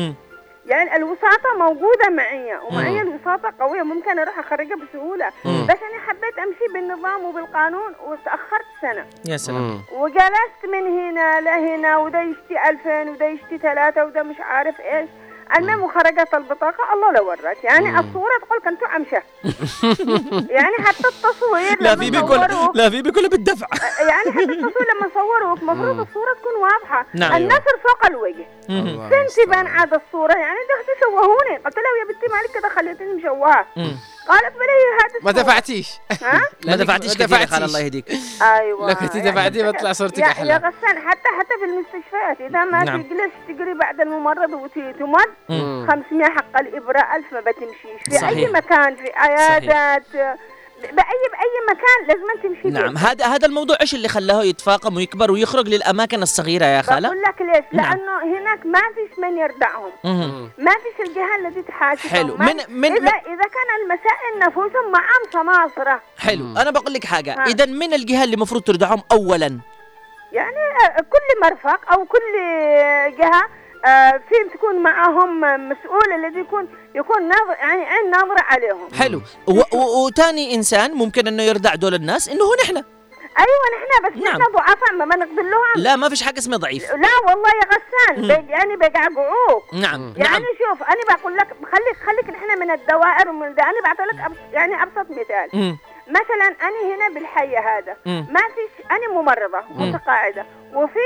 يعني الوساطة موجودة معي ومعي الوساطة قوية ممكن اروح اخرجها بسهولة. بس انا حبيت امشي بالنظام وبالقانون وتأخرت سنة. يا سلام. وجلست من هنا لهنا وده يشتي 2000 وده يشتي 3 وده مش عارف ايش. المهم وخرجت البطاقة الله لو ورت يعني الصورة تقول كنتو عمشة. يعني حتى التصوير لا في بيقول بالدفع. يعني حتى التصوير لما صوروك مفروض الصورة تكون واضحة. النسر فوق الوجه. فين تبان عاد الصورة يعني ده سوهوني. قلت له يا بنتي مالك كده خليتني مشوهة. قالت بلي هذا ما دفعتيش. ما دفعتيش كثير خال الله يهديك. ايوه لو كنت دفعتي بطلع صورتك احلى. يا غسان حتى في المستشفيات اذا ما تجلس تجري بعد الممرض وتمد 500 حق الابره 1000 ما بتمشيش في صحيح. اي مكان في عيادات بأي مكان لازم تمشي. نعم هذا الموضوع ايش اللي خلاه يتفاقم ويكبر ويخرج للاماكن الصغيره يا خاله؟ بقول لك ليش؟ لانه هناك ما فيش من يردعهم. ما فيش الجهه التي تحاسبهم. حلو اذا كان المسائل نفوسهم معهم سماسره. حلو انا بقول لك حاجه اذا من الجهه اللي المفروض تردعهم اولا يعني كل مرفق او كل جهه في تكون معهم مسؤول الذي يكون ناظر يعني عين ناظرة عليهم. حلو وثاني إنسان ممكن إنه يردع دول الناس إنه هو نحن. ايوه نحن بس نعم. نحن ضعفاء ما نقدر لهم. لا ما فيش حاجه اسمها ضعيف. لا والله يا غسان يعني بيقعقعوك. نعم يعني شوف انا بقول لك خليك نحن من الدوائر ومن ده. انا بعطي لك يعني ابسط مثال. مثلا انا هنا بالحي هذا ما فيش، انا ممرضه متقاعده وفي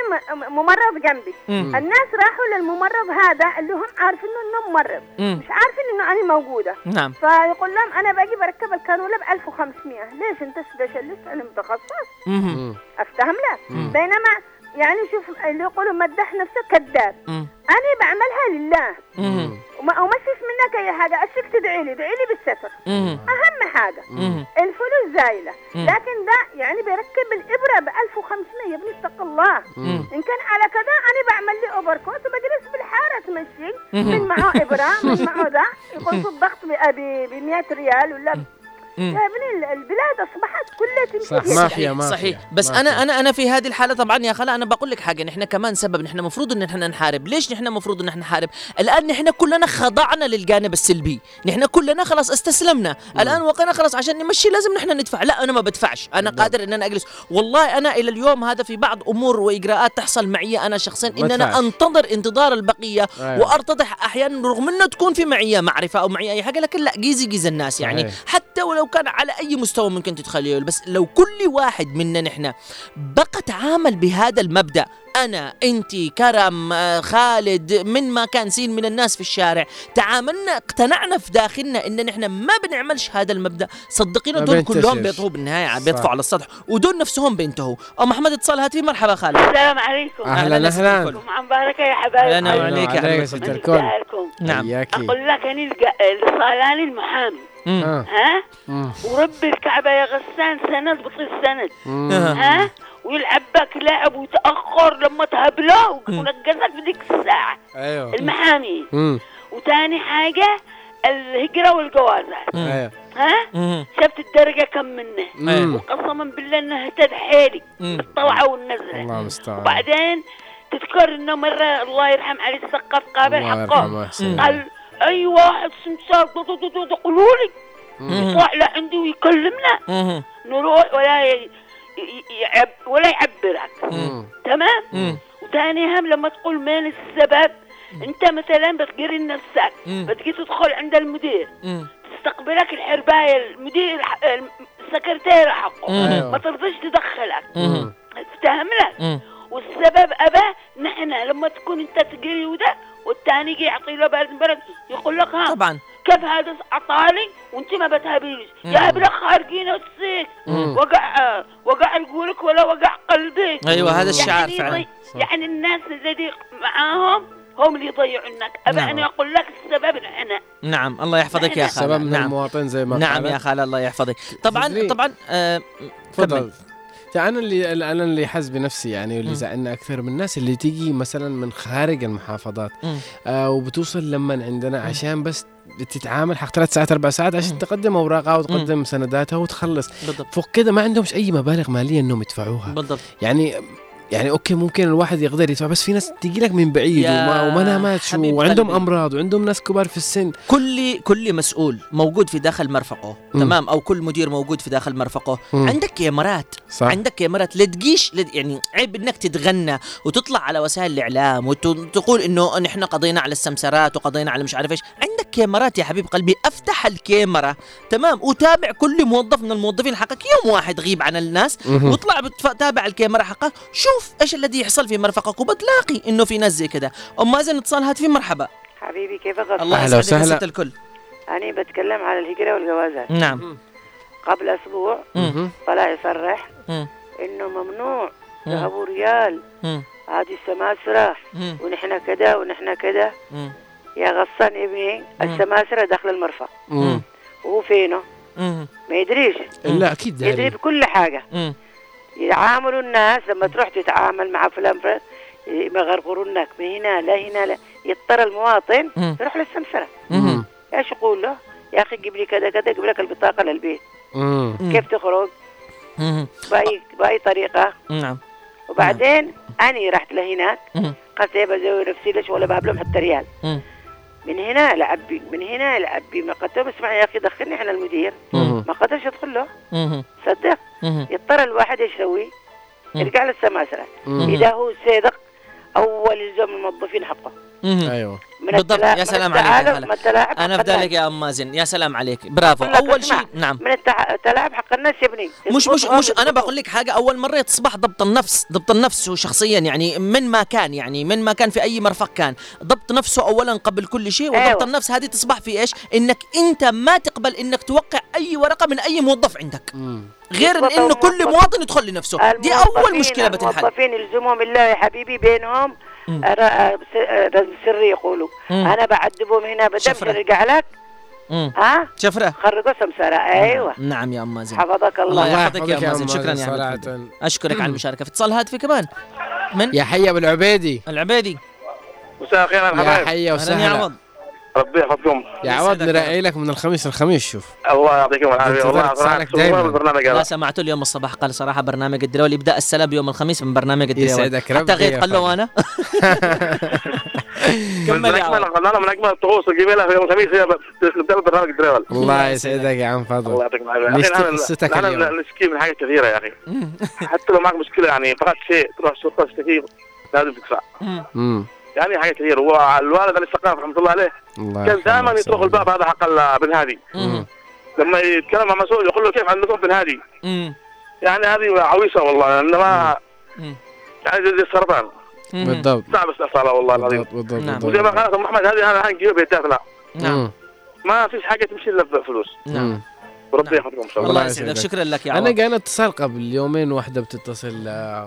ممرض جنبي. الناس راحوا للممرض هذا اللي هم عارفين انه ممرض مش عارفين انه انا موجوده. نعم. فيقول لهم انا باجي بركب الكانولا ب 1500. ليش انت سبيشاليست؟ انا متخصص. افتهم لك. بينما يعني شوف اللي يقولوا مدح نفسك كذاب. انا بعملها لله وما فيش منك اي حاجه. اشك تدعي لي بالستر. اهم حاجه الفلوس زايله. لكن ده يعني بيركب الابره ب 1500. يا ابني اتق الله. ان كان على كذا انا بعمل لي اوفر كوت وبجلس بالحاره تمشي من معه ابره من معه ده يقول الضغط ب 100 ريال ولا يا ابني البلاد اصبحت كلها تمشي. صح صحيح. بس انا في هذه الحاله طبعا يا خلا انا بقول لك حاجه. نحن كمان سبب نحن مفروض ان احنا نحارب. ليش نحن مفروض ان احنا نحارب؟ الان نحن كلنا خضعنا للجانب السلبي. نحن كلنا خلاص استسلمنا. الان وقنا خلاص عشان نمشي لازم نحن ندفع. لا انا ما بدفعش. انا قادر ان انا اجلس. والله انا الى اليوم هذا في بعض امور واجراءات تحصل معي انا شخصيا ان انا انتظر انتظار البقيه. وارتضح احيانا رغم انه تكون في معي معرفه او معي اي حاجه لكن لا جيزي الناس يعني حتى ولو كان على أي مستوى ممكن تتخيله. بس لو كل واحد منا نحن بقى تعامل بهذا المبدأ، أنا أنتي كرم خالد من ما كان سين من الناس في الشارع، تعاملنا اقتنعنا في داخلنا إن نحن ما بنعملش هذا المبدأ، صدقينا دول كلهم بيطفوا بالنهاية بيطفوا على السطح ودول نفسهم بينتهوا. أم أحمد اتصال هاتفي. مرحبا خالد. السلام عليكم. أهلا مع مباركة يا حبايبي. أهلا وعليك يا حبيبي ست الكل. نعم. أقول لك أنا الصالاني المحامي ها ورب الكعبة يا غسان سند بطل السند ها ويلعبك لاعب ويتأخر لما تهبله ونقزك في ديك الساعة. أيوه. المحامي. وتاني حاجة الهجرة والجوازات. ها شفت الدرجة كم منه وقسما بالله انها اهتد حيلي الطلعة والنزلة. الله مستعان. وبعدين تذكر انه مرة الله يرحم علي السقاف قابل حقه قال اي واحد سمسار قولوا لي يطلع لعندي ويكلمنا نروح ولا يعبرك. تمام. وثاني هم لما تقول مين السبب انت مثلا بتقري نفسك بتجي تدخل عند المدير تستقبلك الحرباية المدير السكرتيرة حقه ما ترضيش تدخلك. افتهم لك. والسبب نحن لما تكون انت تقري وده والثاني يجي يعطي له برد يقول لك ها طبعا كيف هذا عطالي وانت ما بتهبيليش يا ابن خارجين السيك وقع رجولك ولا وقع قلبك. ايوه هذا الشعار يعني فعلا. يعني الناس اللي معاهم هم اللي يضيعونك. أنا أقول لك السبب أنا. نعم الله يحفظك يا خالد. السبب من المواطن زي ما نعم يا خالد الله يحفظك. طبعا تفضل. أنا اللي حز بنفسي يعني واللي زعلنا أكثر من الناس اللي تيجي مثلا من خارج المحافظات وبتوصل لما عندنا عشان بس بتتعامل حق 3 ساعات 4 ساعات عشان تقدم أوراقها وتقدم سنداتها وتخلص. فوق كده ما عندهمش أي مبالغ مالية إنهم يدفعوها. بالضبط. يعني اوكي ممكن الواحد يقدر يدفع بس في ناس تيجي لك من بعيد ومنامات وعندهم امراض وعندهم ناس كبار في السن. كل مسؤول موجود في داخل مرفقه تمام او كل مدير موجود في داخل مرفقه. عندك كاميرات عندك كاميرات لا تجيش يعني عيب انك تتغنى وتطلع على وسائل الاعلام وتقول انه نحن قضينا على السمسرات وقضينا على مش عارف ايش. عندك كاميرات يا حبيب قلبي. افتح الكاميرا تمام وتابع كل موظف من الموظفين حقك يوم واحد غيب عن الناس واطلع تابع الكاميرا حقك شوف ايش الذي يحصل في مرفقك وبتلاقي انه في ناس زي كده. ام مازن اتصال هاتفي. مرحبا حبيبي كيفك؟ الله يسعدك ست الكل. انا بتكلم على الهجرة والجوازات. نعم. قبل اسبوع طلع يصرح انه ممنوع ذهبوا ريال هذه السماسرة ونحن كده ونحن كده. يا غصان ابني السماسرة داخل المرفق وهو فينه ما يدريش. لا اكيد يدري بكل حاجة. يعاملوا الناس لما تروح تتعامل مع فلان يغرغرونك من هنا لا هنا لا. يضطر المواطن يروح للسمسرة. ايش يقول له؟ يا اخي جيب لي كذا كذا جيب لك البطاقة للبيت. كيف تخرج؟ بأي طريقة. نعم. وبعدين أنا رحت لهناك قلت بزوي نفسي ليش ولا باب لهم حتى ريال. من هنا لعبي من هنا لعبي. ما قدر اسمع يا اخي دخلني على المدير، ما قدرش ادخل له. صدق يضطر الواحد ايش يسوي؟ يرجع للسماسرة. اذا هو صادق اول يلزم الموظفين حقه. ايوه بالضبط. يا سلام عليك انا في ذلك يا ام مازن، يا سلام عليك، برافو. اول شيء نعم من التلاعب حق الناس يا ابني. مش انا بقول لك حاجه، اول مره تصبح ضبط النفس وشخصيا، يعني من ما كان في اي مرفق كان ضبط نفسه اولا قبل كل شيء. وضبط النفس هذه تصبح في ايش؟ انك انت ما تقبل انك توقع اي ورقه من اي موظف عندك، غير انه كل مواطن يدخل لنفسه. دي اول مشكله بتنحل. الموظفين يلزمهم الله يا حبيبي بينهم سري يقولوا انا بعذبهم هنا بدل يرجع لك شفرة خرجوا سمسرة. ايوه نعم يا ام مازن، حفظك الله يحفظك يا مازن. شكرا يا حبيبي، اشكرك على المشاركه. في اتصال هاتفي كمان من يا حي ابو العبيدي. مساء الخير يا حي وسهلا. ربي يحفظكم يا عوض. نرأي لك من الخميس شوف. الله يعطيكم العافيه. والله صراحه البرنامج لا سمعت اليوم الصباح قال صراحه برنامج الدراوي يبدا السلام يوم الخميس من برنامج الدراوي. يسعدك ربي. حتى غير قال له انا كمل يا عوض. من اجمل الطقوس الجميله في يوم الخميس هي تبدا برنامج الدراوي. الله يسعدك يا عم فضل. الله يعطيك العافيه. قصتك اليوم. انا نشكي من حاجات كثيره يا اخي. حتى لو معك مشكله يعني فقط شيء تروح الشرطه تشتكي لازم تدفع. يعني حاجة كثير. والوالد عليه السقاف رحمة الله عليه كان دائما يطرق الباب هذا حق بن هادي. لما يتكلم مع مسؤول يقول له كيف عندكم بن هادي؟ يعني هذه عويصة والله، انما يعني زي السرطان. بالضبط. صعب استئصالها والله العظيم. بالضبط. وزي ما قالت ام احمد هذه انا نجيبها بيدافع. ما فيش حاجة تمشي الا بفلوس. وربي يحفظكم ان شاء الله. الله يسعدك. شكرا لك يا عوض. انا كان اتصال قبل يومين، واحدة بتتصل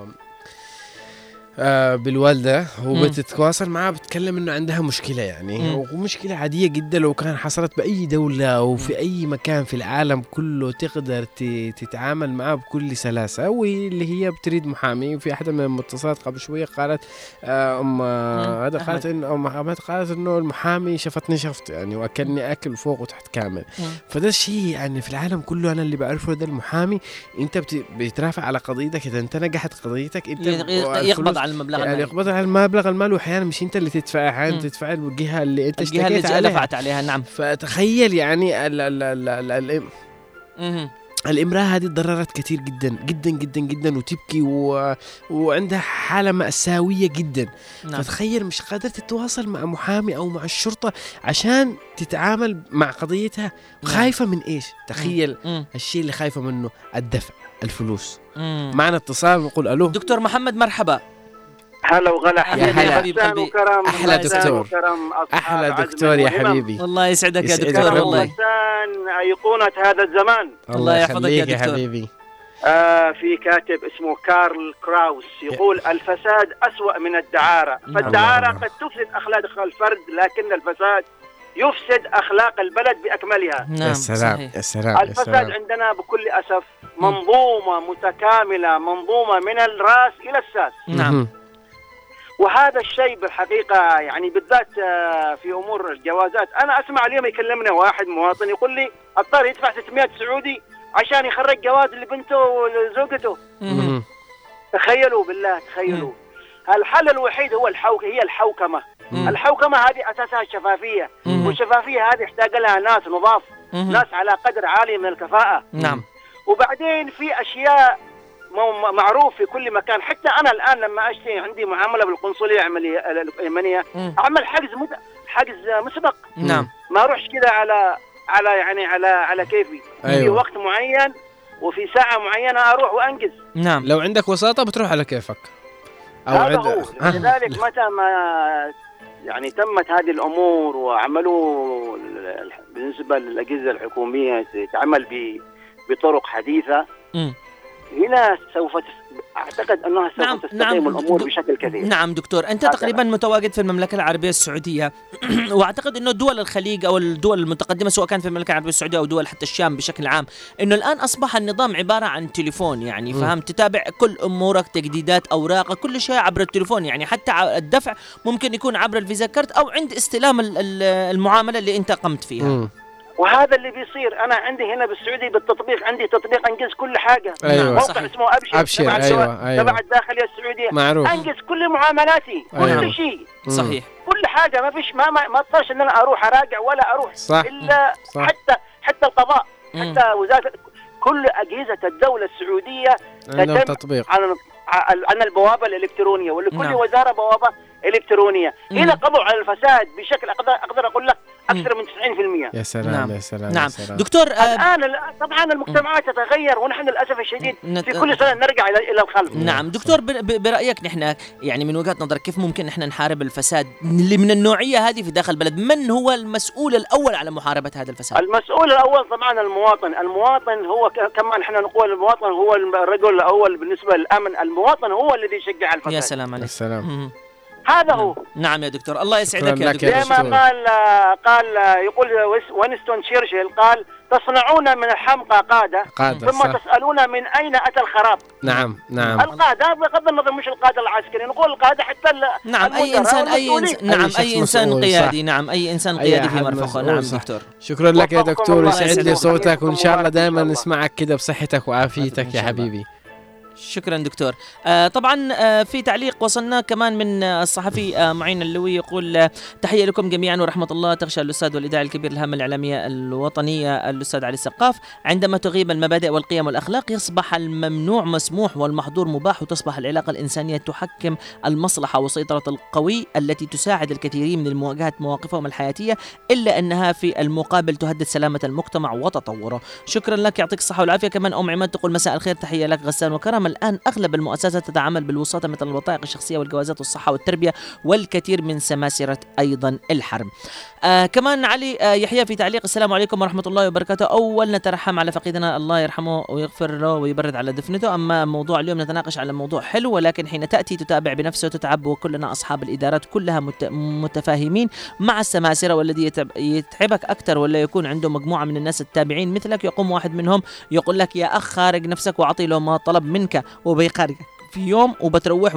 بالوالدة وبتتواصل معها، بتتكلم انه عندها مشكلة يعني ومشكلة عادية جدا لو كان حصلت بأي دولة أو في أي مكان في العالم كله تقدر تتعامل معها بكل سلاسة، واللي هي بتريد محامي. وفي أحد من المتصلات قبل شوية قالت قالت إنه أم أحمد قالت إنه المحامي شفت يعني وأكلني أكل فوق وتحت كامل. فده الشيء يعني في العالم كله أنا اللي بعرفه ده المحامي. أنت بترافع على قضيتك، إذا أنت نجحت قضيتك أنت يقبض على المبلغ يعني يقبض على المبلغ المال، واحيانا مش انت اللي تدفع، احيانا تدفع الجهه اللي انت اشتكيت عليها دفعت عليها. نعم. فتخيل يعني الامراه هذه تضررت كثير جدا جدا جدا جدا وتبكي وعندها حاله مأساويه جدا. نعم. فتخيل مش قادره تتواصل مع محامي او مع الشرطه عشان تتعامل مع قضيتها. خايفه من ايش؟ تخيل الشيء اللي خايفه منه الدفع، الفلوس. معنا اتصال نقول الو. دكتور محمد مرحبا. هلا وغلا يا هلا حبيبي قلبي. احلى دكتور، احلى دكتور يا حبيبي. الله يسعدك يا دكتور. والله انسان ايقونه هذا الزمان. الله يحفظك يا دكتور حبيبي. في كاتب اسمه كارل كراوس يقول الفساد أسوأ من الدعارة. فالدعارة قد تفسد اخلاق الفرد، لكن الفساد يفسد اخلاق البلد باكملها. يا سلام يا سلام. الفساد عندنا بكل اسف منظومه متكامله، منظومه من الراس الى الساس. نعم. وهذا الشيء بالحقيقة يعني بالذات في أمور الجوازات. أنا أسمع اليوم يكلمنا واحد مواطن يقول لي اضطر يدفع 600 سعودي عشان يخرج جواز لبنته وزوجته. تخيلوا بالله، تخيلوا. الحل الوحيد هو هي الحوكمة. الحوكمة هذه أساسها الشفافية، والشفافية هذه يحتاج لها ناس نظاف، ناس على قدر عالي من الكفاءة. نعم. وبعدين في أشياء معروف في كل مكان. حتى أنا الآن لما أشتري عندي معاملة بالقنصلية اليمنية أعمل حجز مسبق. نعم. ما أروحش كده على كيفي. أيوة. في وقت معين وفي ساعة معينة أروح وأنجز. نعم. لو عندك وساطة بتروح على كيفك. هذا هو. لذلك متى ما يعني تمت هذه الأمور وعملوا بالنسبة للأجهزة الحكومية تعمل بطرق حديثة، هنا سوف أعتقد أنها سوف تستقيم الأمور بشكل كثير. نعم دكتور، أنت تقريبا متواجد في المملكة العربية السعودية وأعتقد أنه دول الخليج أو الدول المتقدمة سواء كان في المملكة العربية السعودية أو دول حتى الشام بشكل عام، أنه الآن أصبح النظام عبارة عن تليفون. يعني فهمت، تتابع كل أمورك، تجديدات أوراقك، كل شيء عبر التليفون. يعني حتى الدفع ممكن يكون عبر الفيزا كارت أو عند استلام المعاملة اللي أنت قمت فيها. وهذا اللي بيصير. انا عندي هنا بالسعوديه بالتطبيق، عندي تطبيق انجز كل حاجه. موقع اسمه ابشر تبع الداخليه السعوديه معروف. انجز كل معاملاتي كل شيء صحيح، كل حاجه. ما فيش ما اضطرش ان انا اروح اراجع ولا اروح الا حتى القضاء، حتى وزاره، كل اجهزه الدوله السعوديه عندهم تطبيق عن البوابه الالكترونيه، ولكل وزاره بوابه الكترونيه. اذا قضوا على الفساد بشكل اقدر اقول لك اكثر من 90%. يا سلام يا سلام. نعم يا سلام. دكتور، الان طبعا المجتمعات تتغير، ونحن للاسف الشديد في كل سنه نرجع الى الخلف. نعم دكتور، برايك نحن يعني من وجهه نظرك كيف ممكن نحن نحارب الفساد اللي من النوعيه هذه في داخل البلد؟ من هو المسؤول الاول على محاربه هذا الفساد؟ المسؤول الاول طبعا المواطن هو كما نحن نقول المواطن هو الرجل الاول بالنسبه للامن. المواطن هو الذي يشجع الفساد. يا سلام عليك. السلام. هذا هو. نعم يا دكتور، الله يسعدك يا دكتور. زي ما قال يقول وينستون تشرشل، قال تصنعون من الحمقى قادة ثم صح. تسألون من أين أتى الخراب. نعم نعم. القادة بغض النظر مش القادة العسكري، نقول القادة حتى نعم أي إنسان أي إنسان قيادي. نعم أي إنسان قيادي في مرفقه. نعم دكتور، شكرا لك يا دكتور، يسعد لي صوتك، وإن شاء الله دائما نسمعك كده بصحتك وعافيتك يا حبيبي. شكرا دكتور. طبعا في تعليق وصلنا كمان من الصحفي معين اللوي، يقول تحية لكم جميعا ورحمة الله تغشى الأستاذ والإذاعي الكبير الهامة الإعلامية الوطنية الأستاذ علي السقاف. عندما تغيب المبادئ والقيم والأخلاق يصبح الممنوع مسموح والمحظور مباح، وتصبح العلاقة الإنسانية تحكم المصلحة وسيطرة القوي التي تساعد الكثيرين من مواجهة مواقفهم الحياتية، إلا أنها في المقابل تهدد سلامة المجتمع وتطوره. شكرا لك، يعطيك الصحة والعافية. كمان أم عماد تقول مساء الخير، تحية لك غسان وكرم. الآن أغلب المؤسسات تتعامل بالوساطة مثل البطائق الشخصية والجوازات والصحة والتربية والكثير من سماسرة أيضا الحرب. كمان علي يحيى في تعليق: السلام عليكم ورحمة الله وبركاته. أول نترحم على فقيدنا، الله يرحمه ويغفر له ويبرد على دفنته. أما موضوع اليوم نتناقش على موضوع حلو، ولكن حين تأتي تتابع بنفسه وتتعب، وكلنا أصحاب الإدارات كلها متفاهمين مع السماسرة، والذي يتعبك أكثر ولا يكون عنده مجموعة من الناس التابعين مثلك، يقوم واحد منهم يقول لك يا أخ خارج نفسك وعطي له ما طلب منك، وبيخارجك في يوم وبتروح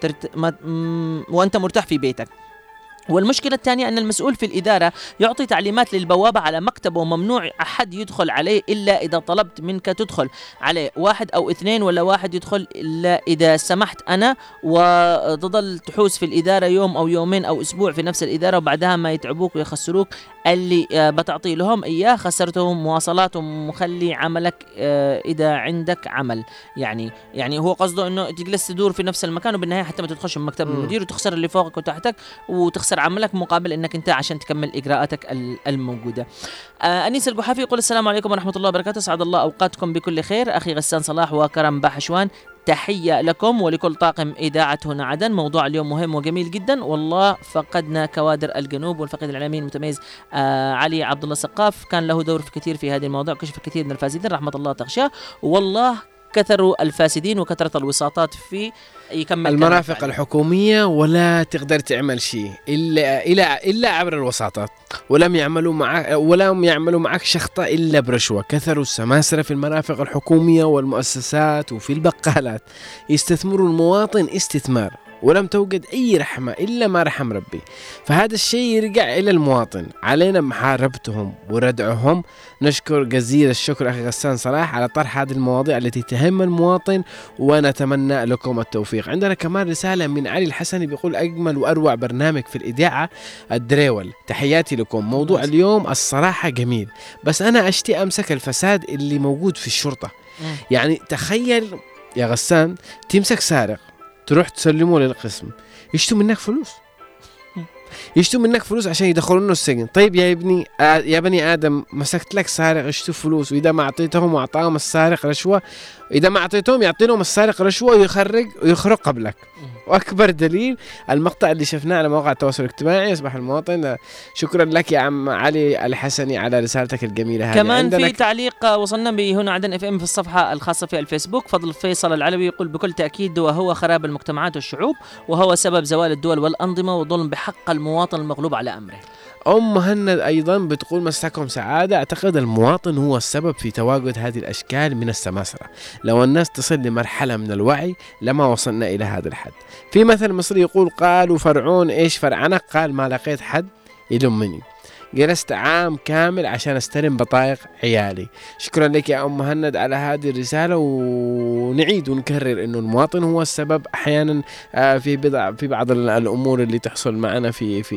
وأنت مرتاح في بيتك. والمشكلة الثانية أن المسؤول في الإدارة يعطي تعليمات للبوابة على مكتبه، وممنوع أحد يدخل عليه إلا إذا طلبت منك تدخل عليه، 1 أو 2 ولا 1 يدخل إلا إذا سمحت أنا، وتظل تحوس في الإدارة يوم أو يومين أو أسبوع في نفس الإدارة، وبعدها ما يتعبوك ويخسروك اللي بتعطي لهم إياه، خسرتهم مواصلاتهم، ومخلي عملك إذا عندك عمل. يعني هو قصده إنه تجلس تدور في نفس المكان، وبالنهاية حتى ما تدخلش من مكتب المدير، وتخسر اللي فوقك وتحتك، وتخسر عملك مقابل انك انت عشان تكمل اجراءاتك الموجوده. انيس القحافي يقول السلام عليكم ورحمه الله وبركاته، اسعد الله اوقاتكم بكل خير. اخي غسان صلاح وكرم باحشوان، تحيه لكم ولكل طاقم اذاعه هنا عدن. موضوع اليوم مهم وجميل جدا، والله فقدنا كوادر الجنوب، والفقيد الاعلامي المتميز علي عبد الله السقاف كان له دور كثير في هذه الموضوع، كشف الكثير من الفاسدين، رحمه الله تغشاه. والله كثروا الفاسدين وكثرت الوساطات في يكمل المرافق الحكومية، ولا تقدر تعمل شيء إلا عبر الوساطات، ولم يعملوا معك شخطة إلا برشوة. كثروا السماسرة في المرافق الحكومية والمؤسسات وفي البقالات، يستثمروا المواطن استثمار، ولم توجد أي رحمة إلا ما رحم ربي. فهذا الشيء يرجع إلى المواطن، علينا محاربتهم وردعهم. نشكر جزيل الشكر أخي غسان صلاح على طرح هذه المواضيع التي تهم المواطن، ونتمنى لكم التوفيق. عندنا كمان رسالة من علي الحسني بيقول: أجمل وأروع برنامج في الإذاعة الدريول، تحياتي لكم. موضوع اليوم الصراحة جميل، بس أنا أشتي أمسك الفساد اللي موجود في الشرطة. يعني تخيل يا غسان تمسك سارق، تروح تسلمه للقسم، يشتوا منك فلوس عشان يدخلونه السجن. طيب يا بني آدم، مسكت لك سارق، اشتوا فلوس، وإذا ما أعطيتهم وأعطاهم السارق رشوة، إذا ما أعطيتهم يعطينهم السارق رشوة ويخرج قبلك. وأكبر دليل المقطع اللي شفناه على مواقع التواصل الاجتماعي. يصبح المواطن. شكرا لك يا عم علي الحسني على رسالتك الجميلة هذه. كمان في تعليق وصلنا به هنا عدن FM في الصفحة الخاصة في الفيسبوك، فضل فيصل العلوي يقول: بكل تأكيد وهو خراب المجتمعات والشعوب، وهو سبب زوال الدول والأنظمة وظلم بحق المواطن المغلوب على أمره. مهند أيضا بتقول: مساكم سعادة. أعتقد المواطن هو السبب في تواجد هذه الأشكال من السماسرة. لو الناس تصل لمرحلة من الوعي لما وصلنا إلى هذا الحد. في مثل مصري يقول: قالوا فرعون إيش فرعنك؟ قال ما لقيت حد يلمني. جلست عام كامل عشان استلم بطايق عيالي. شكرا لك يا أم مهند على هذه الرسالة. ونعيد ونكرر إنه المواطن هو السبب أحيانا في بعض الأمور اللي تحصل معنا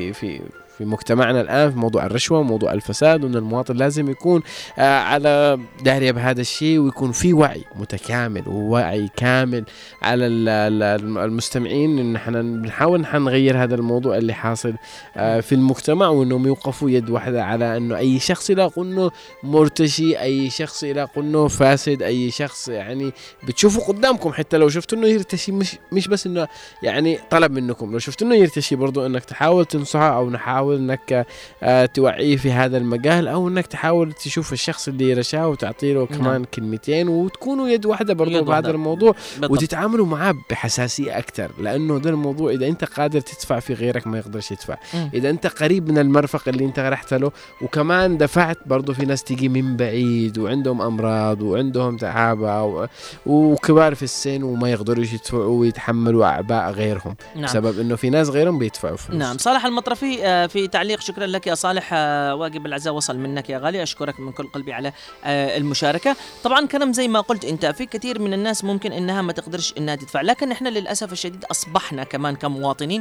في مجتمعنا الآن، في موضوع الرشوة وموضوع الفساد، وأن المواطن لازم يكون على داهية بهذا الشيء، ويكون في وعي متكامل ووعي كامل على المستمعين. إن احنا بنحاول نغير هذا الموضوع اللي حاصل في المجتمع، وأنهم يوقفوا يد واحدة على أنه أي شخص يلاقوا أنه مرتشي، أي شخص يلاقوا أنه فاسد، أي شخص يعني بتشوفوا قدامكم، حتى لو شفتوا أنه يرتشي مش بس أنه يعني طلب منكم، لو شفتوا أنه يرتشي برضو أنك تحاول تنصحه أو نحاول انك توعيه في هذا المجال، او انك تحاول تشوف الشخص اللي رشاه وتعطي له كمان كلمتين، وتكونوا يد واحدة برضو بهذا الموضوع بالضبط. وتتعاملوا معاه بحساسية اكثر، لانه ده الموضوع اذا انت قادر تدفع في غيرك ما يقدرش يدفع. اذا انت قريب من المرفق اللي انت رحت له وكمان دفعت، برضو في ناس تيجي من بعيد وعندهم امراض وعندهم تعابة وكبار في السن وما يقدروش يدفعوا ويتحملوا اعباء غيرهم. نعم. بسبب انه في ناس غيرهم بيدفعوا فلوس. نعم. صالح المطرفي في تعليق: شكرا لك يا صالح، واجب العزاء وصل منك يا غالي، أشكرك من كل قلبي على المشاركة. طبعا كلام زي ما قلت أنت، في كثير من الناس ممكن إنها ما تقدرش إنها تدفع، لكن إحنا للأسف الشديد أصبحنا كمان كمواطنين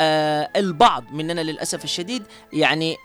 البعض مننا للأسف الشديد يعني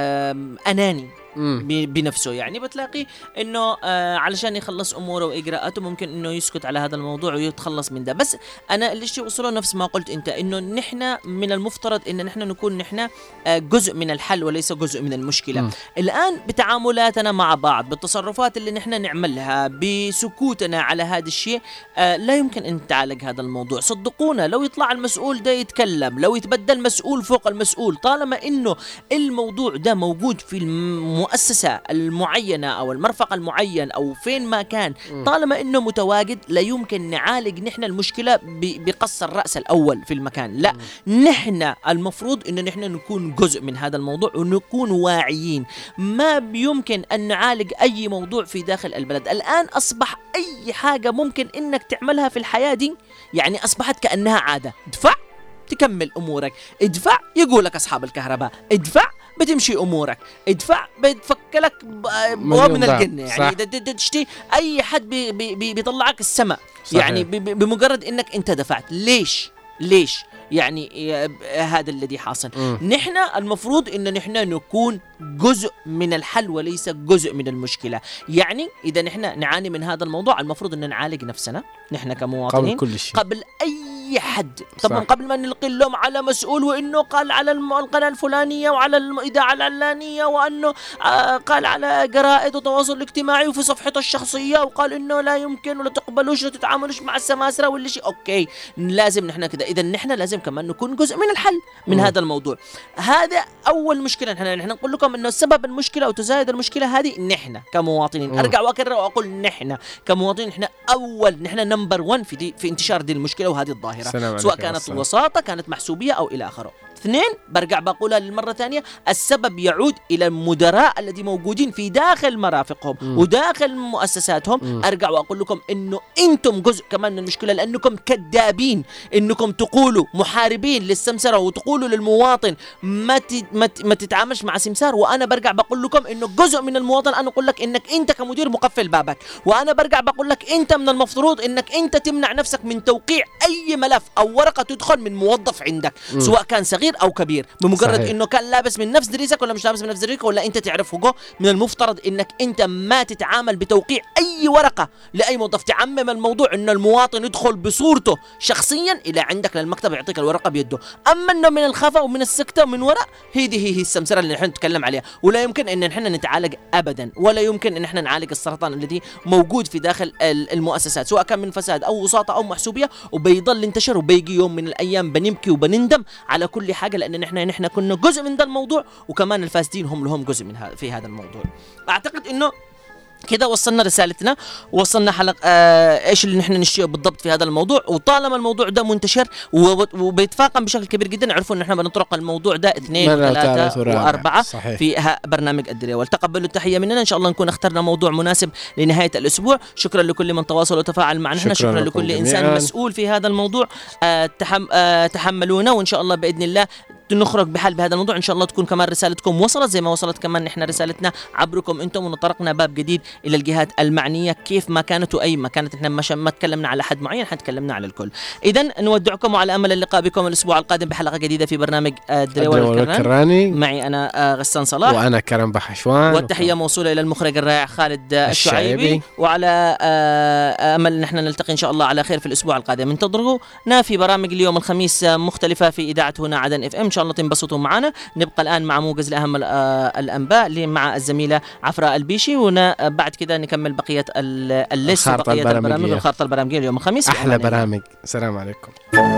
أناني بنفسه. يعني بتلاقي انه علشان يخلص اموره واجراءاته ممكن انه يسكت على هذا الموضوع ويتخلص من ده. بس انا اللي وصله نفس ما قلت انت، انه نحن من المفترض ان نحن نكون نحن جزء من الحل وليس جزء من المشكله. الان بتعاملاتنا مع بعض، بالتصرفات اللي نحن نعملها، بسكوتنا على هذا الشيء، لا يمكن ان تعالج هذا الموضوع. صدقونا، لو يطلع المسؤول ده يتكلم، لو يتبدل مسؤول فوق المسؤول، طالما انه الموضوع ده موجود في المؤسسة المعينة أو المرفق المعين أو فين ما كان، طالما إنه متواجد، لا يمكن نعالج نحن المشكلة بقص الرأس الأول في المكان. لا، نحن المفروض إنه نحن نكون جزء من هذا الموضوع ونكون واعيين. ما يمكن أن نعالج أي موضوع في داخل البلد. الآن أصبح أي حاجة ممكن إنك تعملها في الحياة دي يعني أصبحت كأنها عادة. ادفع تكمل أمورك، ادفع يقولك أصحاب الكهرباء، ادفع بتمشي امورك، ادفع بتفكلك من الجنه. يعني تشتي اي حد بيطلعك السماء. يعني بمجرد انك انت دفعت. ليش يعني هذا الذي حاصل. نحن المفروض ان نحن نكون جزء من الحل وليس جزء من المشكله. يعني اذا نحن نعاني من هذا الموضوع، المفروض ان نعالج نفسنا نحن كمواطنين قبل اي حد. طبعا قبل ما نلقي اللوم على مسؤول، وانه قال على القناه الفلانيه وعلى الاذاعه العلانيه، وانه قال على جرائد التواصل الاجتماعي وفي صفحته الشخصيه، وقال انه لا يمكن ولا تقبلوش ولا تتعاملوش مع السماسره ولا شيء. اوكي، لازم نحن كذا. اذا نحن لازم كمان نكون جزء من الحل من هذا الموضوع. هذا اول مشكله. نحن نقول لكم انه سبب المشكله وتزايد المشكله هذه نحن كمواطنين. ارجع واكرر واقول نحن كمواطنين نحن نمبر 1 في انتشار دي المشكله وهذه الظاهره، سواء كانت الوساطه، كانت محسوبيه او الى اخره. 2، برجع بقولها للمرة ثانية، السبب يعود إلى المدراء الذي موجودين في داخل مرافقهم وداخل مؤسساتهم. أرجع وأقول لكم إنه أنتم جزء كمان من المشكلة، لأنكم كذابين، إنكم تقولوا محاربين للسمسرة وتقولوا للمواطن ما تتعاملش مع سمسار. وأنا برجع بقول لكم إنه جزء من المواطن. أنا أقول لك إنك أنت كمدير مقفل بابك، وأنا برجع بقول لك أنت من المفروض إنك أنت تمنع نفسك من توقيع أي ملف أو ورقة تدخل من موظف عندك، سواء كان صغير أو كبير. بمجرد صحيح. إنه كان لابس من نفس دريسك ولا مش لابس من نفس دريسك ولا أنت تعرفه، من المفترض إنك أنت ما تتعامل بتوقيع أي ورقة لأي موظف. تعمم الموضوع إنه المواطن يدخل بصورته شخصيا إلى عندك للمكتب يعطيك الورقة بيده. أما إنه من الخفاء ومن السكتة ومن وراء، هي السمسرة اللي نحن نتكلم عليها. ولا يمكن إن نحن نتعالج أبدا، ولا يمكن إن نحن نعالج السرطان الذي موجود في داخل المؤسسات، سواء كان من فساد أو وساطة أو محسوبية، وبيضل ينتشر وبيجي يوم من الأيام بنبكي وبنندم على كل حاجة، لأن نحن كنا جزء من ذا الموضوع، وكمان الفاسدين هم لهم جزء من في هذا الموضوع. أعتقد إنه كده وصلنا رسالتنا، وصلنا حلقة ايش اللي نحن نشيه بالضبط في هذا الموضوع. وطالما الموضوع ده منتشر وبيتفاقم بشكل كبير جدا، عرفوا ان احنا بنطرق الموضوع ده 2 و3 و4 في برنامج الدريول. تقبلوا التحية مننا، ان شاء الله نكون اخترنا موضوع مناسب لنهاية الاسبوع. شكرا لكل من تواصل وتفاعل معنا، شكرا لكل انسان مسؤول في هذا الموضوع. تحملونا، وان شاء الله باذن الله نخرج بحال بهذا الموضوع. إن شاء الله تكون كمان رسالتكم وصلت زي ما وصلت كمان نحن رسالتنا عبركم أنتم، ونطرقنا باب جديد إلى الجهات المعنية كيف ما كانت وأي ما كانت. إحنا ما تكلمنا على حد معين، تكلمنا على الكل. إذن نودعكم وعلى أمل اللقاء بكم الأسبوع القادم بحلقة جديدة في برنامج الدريوة والكراني. معي أنا غسان صلاح وأنا كرم بحشوان، والتحية موصولة إلى المخرج الرائع خالد الشعيبي. وعلى أمل نحن نلتقي إن شاء الله على خير في الأسبوع القادم. انتظرونا في برامج اليوم الخميس مختلفة في إذاعة هنا عدن FM. إن شاء الله تنبسطوا معنا. نبقى الآن مع موجز لأهم الأنباء مع الزميلة عفراء البيشي، وبعد كده نكمل بقية الليست وبقية البرامج والخارطة البرامجية اليوم الخميس. أحلى برامج. السلام عليكم.